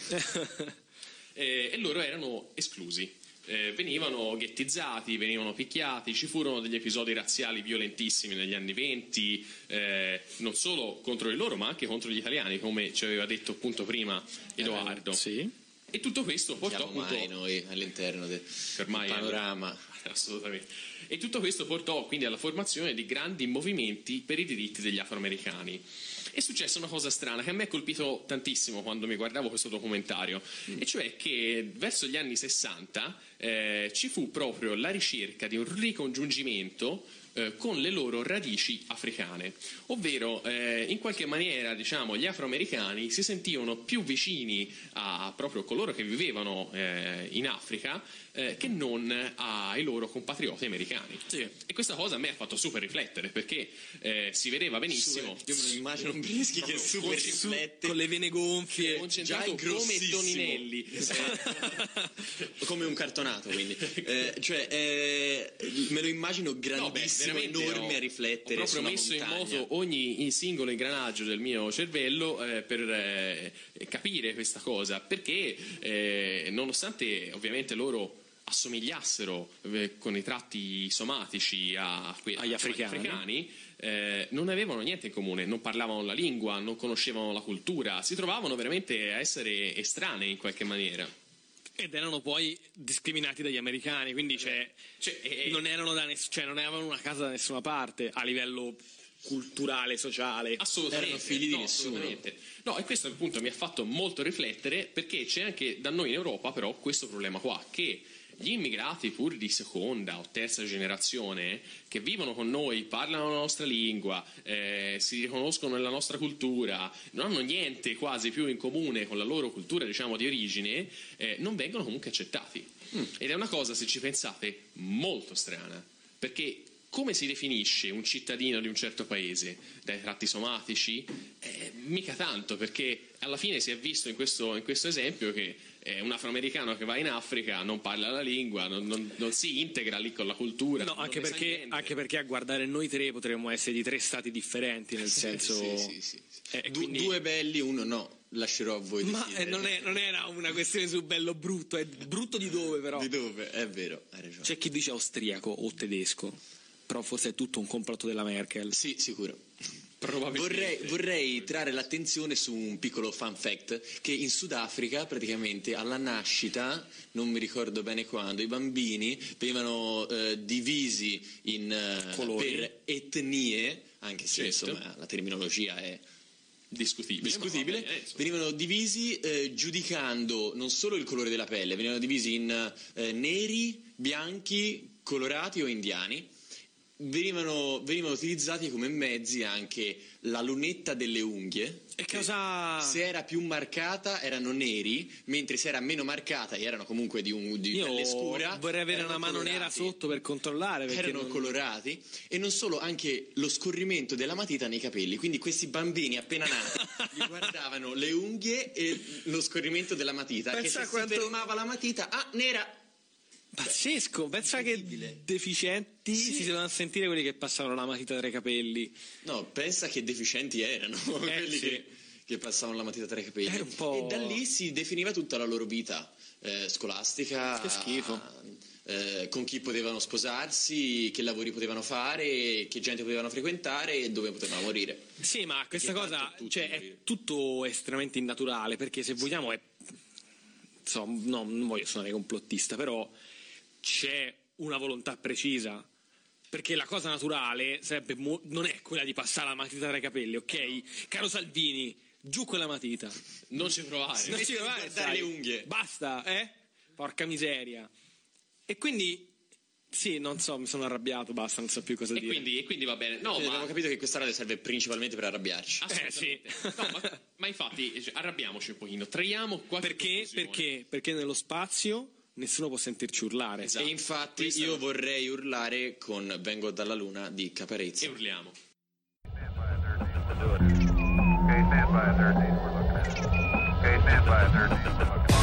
eh, e loro erano esclusi. Eh, venivano ghettizzati, venivano picchiati, ci furono degli episodi razziali violentissimi negli anni venti, eh, non solo contro di loro ma anche contro gli italiani, come ci aveva detto appunto prima Edoardo. Sì. E tutto questo portò Siamo appunto mai noi all'interno del Ormai è- panorama. Assolutamente. E tutto questo portò quindi alla formazione di grandi movimenti per i diritti degli afroamericani. È successa una cosa strana che a me ha colpito tantissimo quando mi guardavo questo documentario, Mm. e cioè che verso gli anni sessanta eh, ci fu proprio la ricerca di un ricongiungimento eh, con le loro radici africane, ovvero eh, in qualche maniera, diciamo, gli afroamericani si sentivano più vicini a proprio coloro che vivevano eh, in Africa eh, che non ai loro compatrioti americani. E questa cosa a me ha fatto super riflettere, perché eh, si vedeva benissimo. Io me lo immagino un Breschi che super Su- riflette. Con le vene gonfie. Concentrato già è come grossissimo. Toninelli. Come un cartonato, quindi. Eh, cioè, eh, me lo immagino No, beh, grandissimo, veramente enorme ho- a riflettere. Ho proprio sulla messo in montagna. moto ogni singolo ingranaggio del mio cervello eh, per eh, capire questa cosa, perché eh, nonostante ovviamente loro assomigliassero eh, con i tratti somatici a que- Agli a- africani. africani, eh, non avevano niente in comune, non parlavano la lingua, non conoscevano la cultura, si trovavano veramente a essere estranei in qualche maniera. Ed erano poi discriminati dagli americani, quindi cioè, Cioè, eh, non erano da ness- cioè, non avevano una casa da nessuna parte a livello culturale, sociale. Assolutamente, Erano figli di no, nessuno. assolutamente. No, e questo appunto mi ha fatto molto riflettere, perché c'è anche da noi in Europa però questo problema qua, che gli immigrati pur di seconda o terza generazione che vivono con noi, parlano la nostra lingua, eh, si riconoscono nella nostra cultura, non hanno niente quasi più in comune con la loro cultura, diciamo, di origine, eh, non vengono comunque accettati. Mm. Ed è una cosa, se ci pensate, molto strana, perché come si definisce un cittadino di un certo paese? Dai tratti somatici? Eh, mica tanto, perché alla fine si è visto in questo, in questo esempio che eh, un afroamericano che va in Africa non parla la lingua, non, non, non si integra lì con la cultura. No, anche perché, anche perché a guardare noi tre potremmo essere di tre stati differenti, nel sì, senso... Sì, sì, sì. Eh, du- quindi... Due belli, uno no. Lascerò a voi Ma decidere. eh, non, è, non era una questione su bello o brutto, è brutto di dove però. Di dove, è vero, hai ragione. C'è chi dice austriaco o tedesco, però forse è tutto un complotto della Merkel. Sì, sicuro. Probabilmente. Vorrei, vorrei trarre l'attenzione su un piccolo fun fact, che in Sudafrica praticamente alla nascita, non mi ricordo bene quando, i bambini venivano eh, divisi in, eh, per etnie, anche se certo. insomma la terminologia è discutibile, discutibile. Vabbè, venivano divisi eh, giudicando non solo il colore della pelle, venivano divisi in eh, neri, bianchi, colorati o indiani. Venivano, venivano utilizzati come mezzi anche la lunetta delle unghie. E cosa... Se era più marcata erano neri, mentre se era meno marcata e erano comunque di, un, di Io pelle scura, vorrei avere una mano colorati. nera sotto per controllare, perché erano non... colorati. E non solo, anche lo scorrimento della matita nei capelli. Quindi questi bambini appena nati gli guardavano le unghie e lo scorrimento della matita. Pensa che se quanto... si fermava la matita, ah, nera. Pazzesco, pensa che deficienti sì. si devono sentire quelli che passavano la matita tra i capelli. No, pensa che deficienti erano eh, quelli sì. che, che passavano la matita tra i capelli. È un po'... E da lì si definiva tutta la loro vita eh, scolastica. Che schifo. Eh, con chi potevano sposarsi, che lavori potevano fare, che gente potevano frequentare e dove potevano morire. Sì, ma questa perché cosa è tutto, cioè, è tutto estremamente innaturale, perché se vogliamo è... Insomma, no, non voglio suonare complottista, però c'è una volontà precisa, perché la cosa naturale sarebbe mo- non è quella di passare la matita tra i capelli, ok? Caro Salvini, giù quella matita, non ci provare, non ci provare, guardare le unghie, basta, eh? Porca miseria. E quindi sì, non so, mi sono arrabbiato, basta, non so più cosa e dire. Quindi, e quindi va bene. No, eh, ma abbiamo capito che questa radio serve principalmente per arrabbiarci. Eh sì. No, ma, ma infatti cioè, arrabbiamoci un pochino, traiamo qualche perché, conclusione. perché? Perché nello spazio nessuno può sentirci urlare. Esatto. E infatti Questa io no. vorrei urlare con Vengo dalla Luna di Caparezza. E urliamo. Okay, stand by thirteen, we're looking at it. Okay, stand by thirteen, we're looking at it.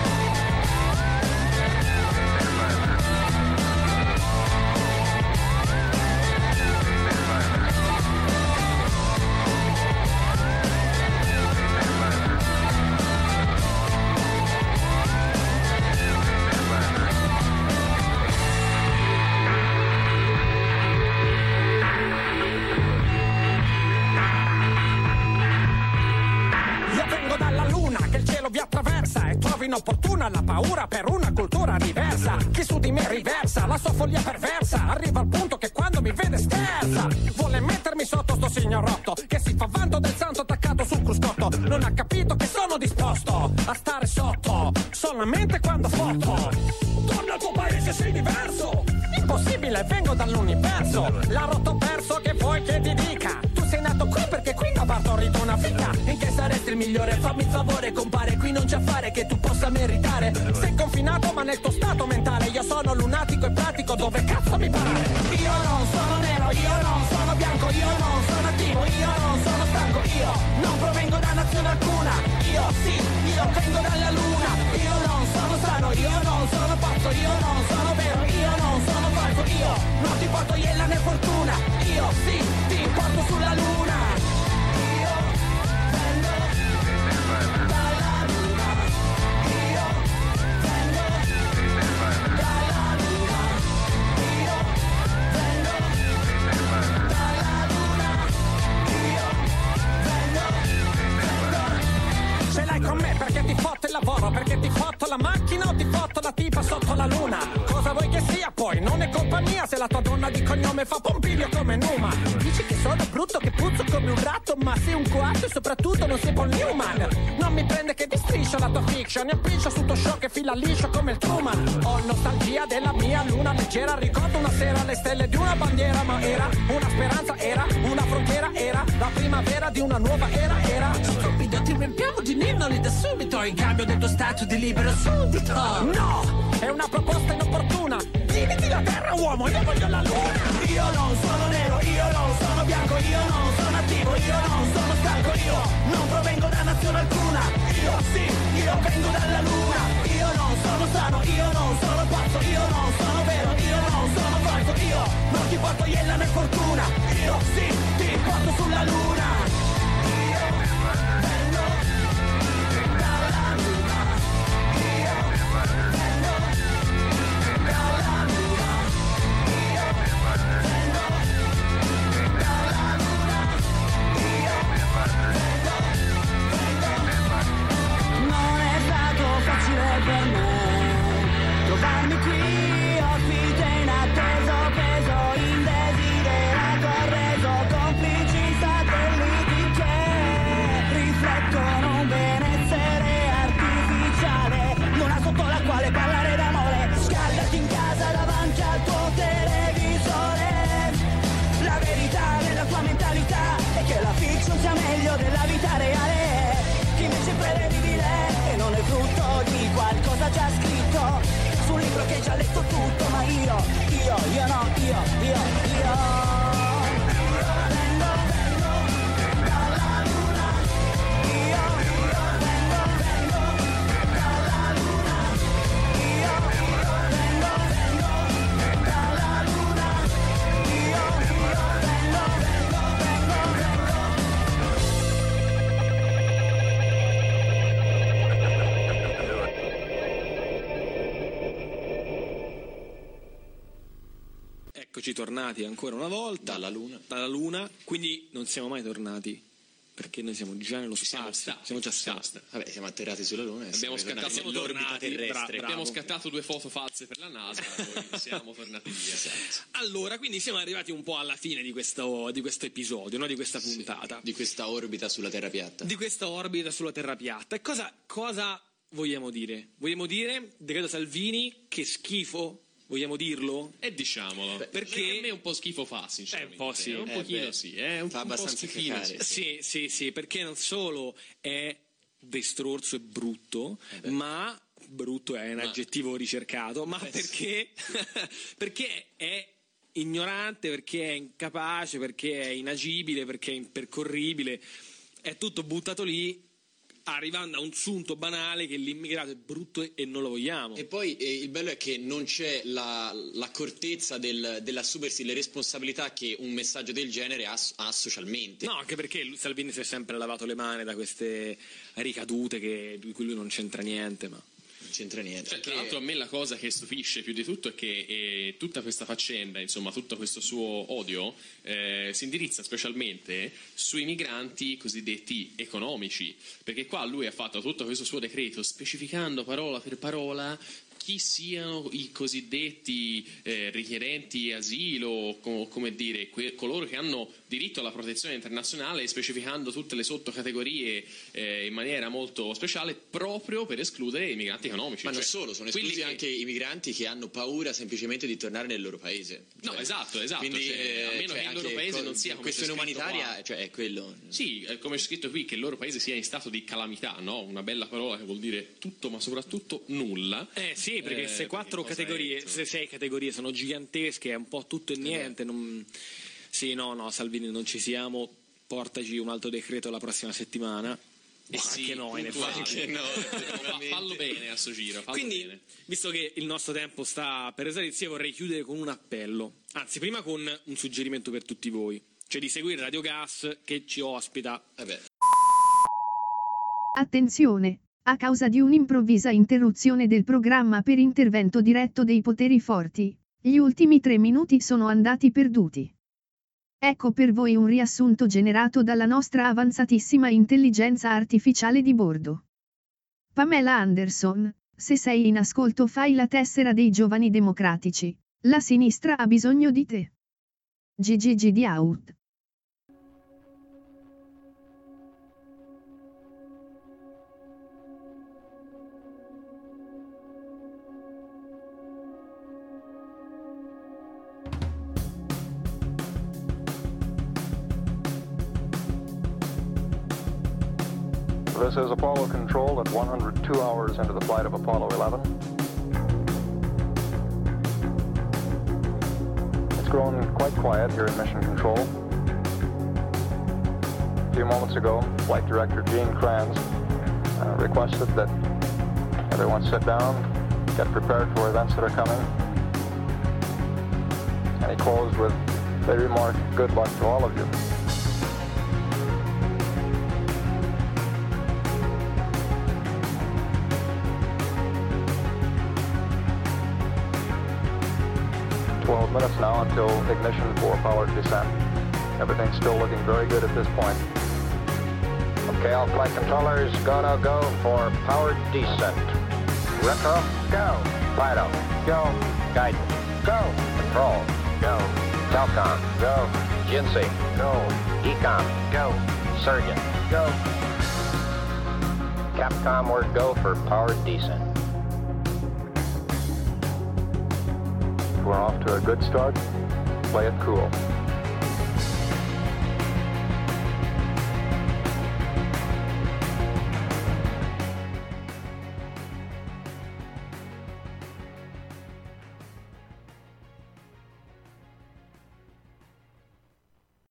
Vi attraversa e trovo inopportuna la paura per una cultura diversa. Chi su di me riversa la sua follia perversa, arriva al punto che quando mi vede sterza. Vuole mettermi sotto sto signorotto che si fa vanto del santo attaccato sul cruscotto. Non ha capito che sono disposto a stare sotto solamente quando foto. Torna al tuo paese, sei diverso. Impossibile, vengo dall'universo. La rotto perso, che vuoi che ti dica? Tu sei nato qui perché qui ho partorito una figa. In che saresti il migliore? Fammi il favore, compare. Qui non c'è affare che tu possa meritare. Sei confinato ma nel tuo stato mentale. Io sono lunatico e pratico dove cazzo mi pare. Io non sono nero, io non sono bianco, io non sono attivo, io non sono stanco, io non provengo da nazione alcuna. Io sì, io vengo dalla luna. Io non sono sano, io non sono pazzo, io non sono vero, io non sono falso, io non ti porto iella né fortuna. Io sì, ti porto sulla luna. Io vengo dalla luna. Io vengo dalla luna. Io vengo dalla luna. Io vengo, vengo. Ce l'hai con me perché ti fotto il lavoro, perché ti fotto la macchina o ti fotto la tipa sotto la luna. Cosa vuoi che sia poi? Non è colpa mia se la tua donna di cognome fa Pompilio come Numa. Dici che sono brutto, che puzzo come un ratto, ma sei un coatto e soprattutto non sei Paul Newman. Non mi prende che ti striscio la tua fiction, ne appiccio su tuo show che fila liscio come il Truman. Ho nostalgia della mia luna leggera, ricordo una sera le stelle di una bandiera, ma era una speranza, era una frontiera, era la primavera di una nuova era, era. Stupido, ti riempiamo di ninnoli da subito, in cambio del tuo stato di libero suddito. No, è una proposta inopportuna. Diviti la terra, uomo, io voglio la luna. Io non sono nero, io non sono bianco, io non sono attivo, io non sono stanco, io non provengo da nazione alcuna. Io sì, io vengo dalla luna. Io non sono sano, io non sono pazzo, io non sono vero, io non sono falso, io non ti porto iella né fortuna. Io sì, ti porto sulla luna. Io vengo dalla luna. Io vengo dalla luna. Io vengo dalla luna. Io vengo, vengo. Non è stato facile per me trovarmi qui, ospite inatteso, preso in desiderato, reso complici satelliti che riflettono un benessere artificiale, luna sotto la quale parlare d'amore, scaldati in casa davanti al tuo televisore. La verità della tua mentalità è che la fiction sia meglio della vita reale, che invece è prevedibile e non è frutto di qualcosa già scritto un libro che hai già letto tutto, ma io, io, io no, io, io, io vengo, vengo dalla luna. Io, io vengo, vengo dalla luna. Io, io vengo, vengo dalla luna. Io, io vengo, vengo, vengo, Eccoci tornati ancora una volta dalla luna. dalla luna, quindi non siamo mai tornati perché noi siamo già nello Ci siamo spazio, stati, siamo già ci siamo stati. Vabbè, siamo atterrati sulla luna e Abbiamo siamo scattato tornati siamo nell'orbita tornati, terrestre. bra- Abbiamo bravo. scattato due foto false per la NASA, poi siamo tornati via. Allora, quindi siamo arrivati un po' alla fine di questo, di questo episodio, no? Di questa puntata, Di questa orbita sulla Terra piatta. di questa orbita sulla Terra piatta. E cosa, cosa vogliamo dire? Vogliamo dire, decreto Salvini, che schifo? Vogliamo dirlo? E diciamolo, Perché- perché a me un po' schifo fa, sinceramente. Eh, un po' sì. un Eh, pochino beh, sì, è un, fa un po' abbastanza schifino, cacare. sì. Sì, sì, sì, perché non solo è destrorso e brutto, ma brutto è un Ma- aggettivo ricercato, ma Eh, sì. perché, perché è ignorante, perché è incapace, perché è inagibile, perché è impercorribile, è tutto buttato lì, arrivando a un sunto banale che l'immigrato è brutto e non lo vogliamo. E poi eh, il bello è che non c'è la- l'accortezza del, dell'assumersi le responsabilità che un messaggio del genere ha, ha socialmente. No, anche perché lui- Salvini si è sempre lavato le mani da queste ricadute che, di cui lui non c'entra niente, ma... Non c'entra niente. Cioè, tra Perché- l'altro a me la cosa che stupisce più di tutto è che eh, tutta questa faccenda, insomma tutto questo suo odio eh, si indirizza specialmente sui migranti cosiddetti economici, perché qua lui ha fatto tutto questo suo decreto specificando parola per parola chi siano i cosiddetti eh, richiedenti asilo, co- come dire, que- coloro che hanno diritto alla protezione internazionale, specificando tutte le sottocategorie eh, in maniera molto speciale, proprio per escludere i migranti economici. Ma non Cioè, solo, sono quelli esclusi che- anche i migranti che hanno paura semplicemente di tornare nel loro paese. No, esatto, esatto, Quindi, cioè, eh, a meno cioè, che il loro anche paese co- non sia come questione c'è scritto umanitaria, qua. cioè è quello. Sì, è come c'è scritto qui, che il loro paese sia in stato di calamità, no? Una bella parola che vuol dire tutto, ma soprattutto nulla. Eh sì, perché Eh, se quattro perché cosa categorie, è, se sei categorie sono gigantesche, è un po' tutto e niente. Non... Sì, no, no, Salvini, non ci siamo. Portaci un altro decreto la prossima settimana. Eh Ma sì, anche no, in puntuale. effetti. Anche no, Fa- effettivamente. fallo bene a sto giro, fallo Quindi, bene. visto che il nostro tempo sta per esaurdirsi, io vorrei chiudere con un appello. Anzi, prima con un suggerimento per tutti voi. Cioè di seguire Radio Gas che ci ospita. Vabbè. Attenzione! A causa di un'improvvisa interruzione del programma per intervento diretto dei poteri forti, gli ultimi tre minuti sono andati perduti. Ecco per voi un riassunto generato dalla nostra avanzatissima intelligenza artificiale di bordo. Pamela Anderson, se sei in ascolto fai la tessera dei giovani democratici, la sinistra ha bisogno di te. G G G di out. This is Apollo Control at one hundred two hours into the flight of Apollo eleven. It's grown quite quiet here in Mission Control. A few moments ago, Flight Director Gene Kranz uh, requested that everyone sit down, get prepared for events that are coming. And he closed with the remark, good luck to all of you. twelve minutes now until ignition for powered descent. Everything's still looking very good at this point. Okay, all flight controllers, go, no, go for powered descent. Retro, go. Fido, go. Guidance, go. Control, go. Telcom, go. G N C, go. Ecom, go. Surgeon, go. Capcom, we're go for powered descent. We're off to a good start. Play it cool.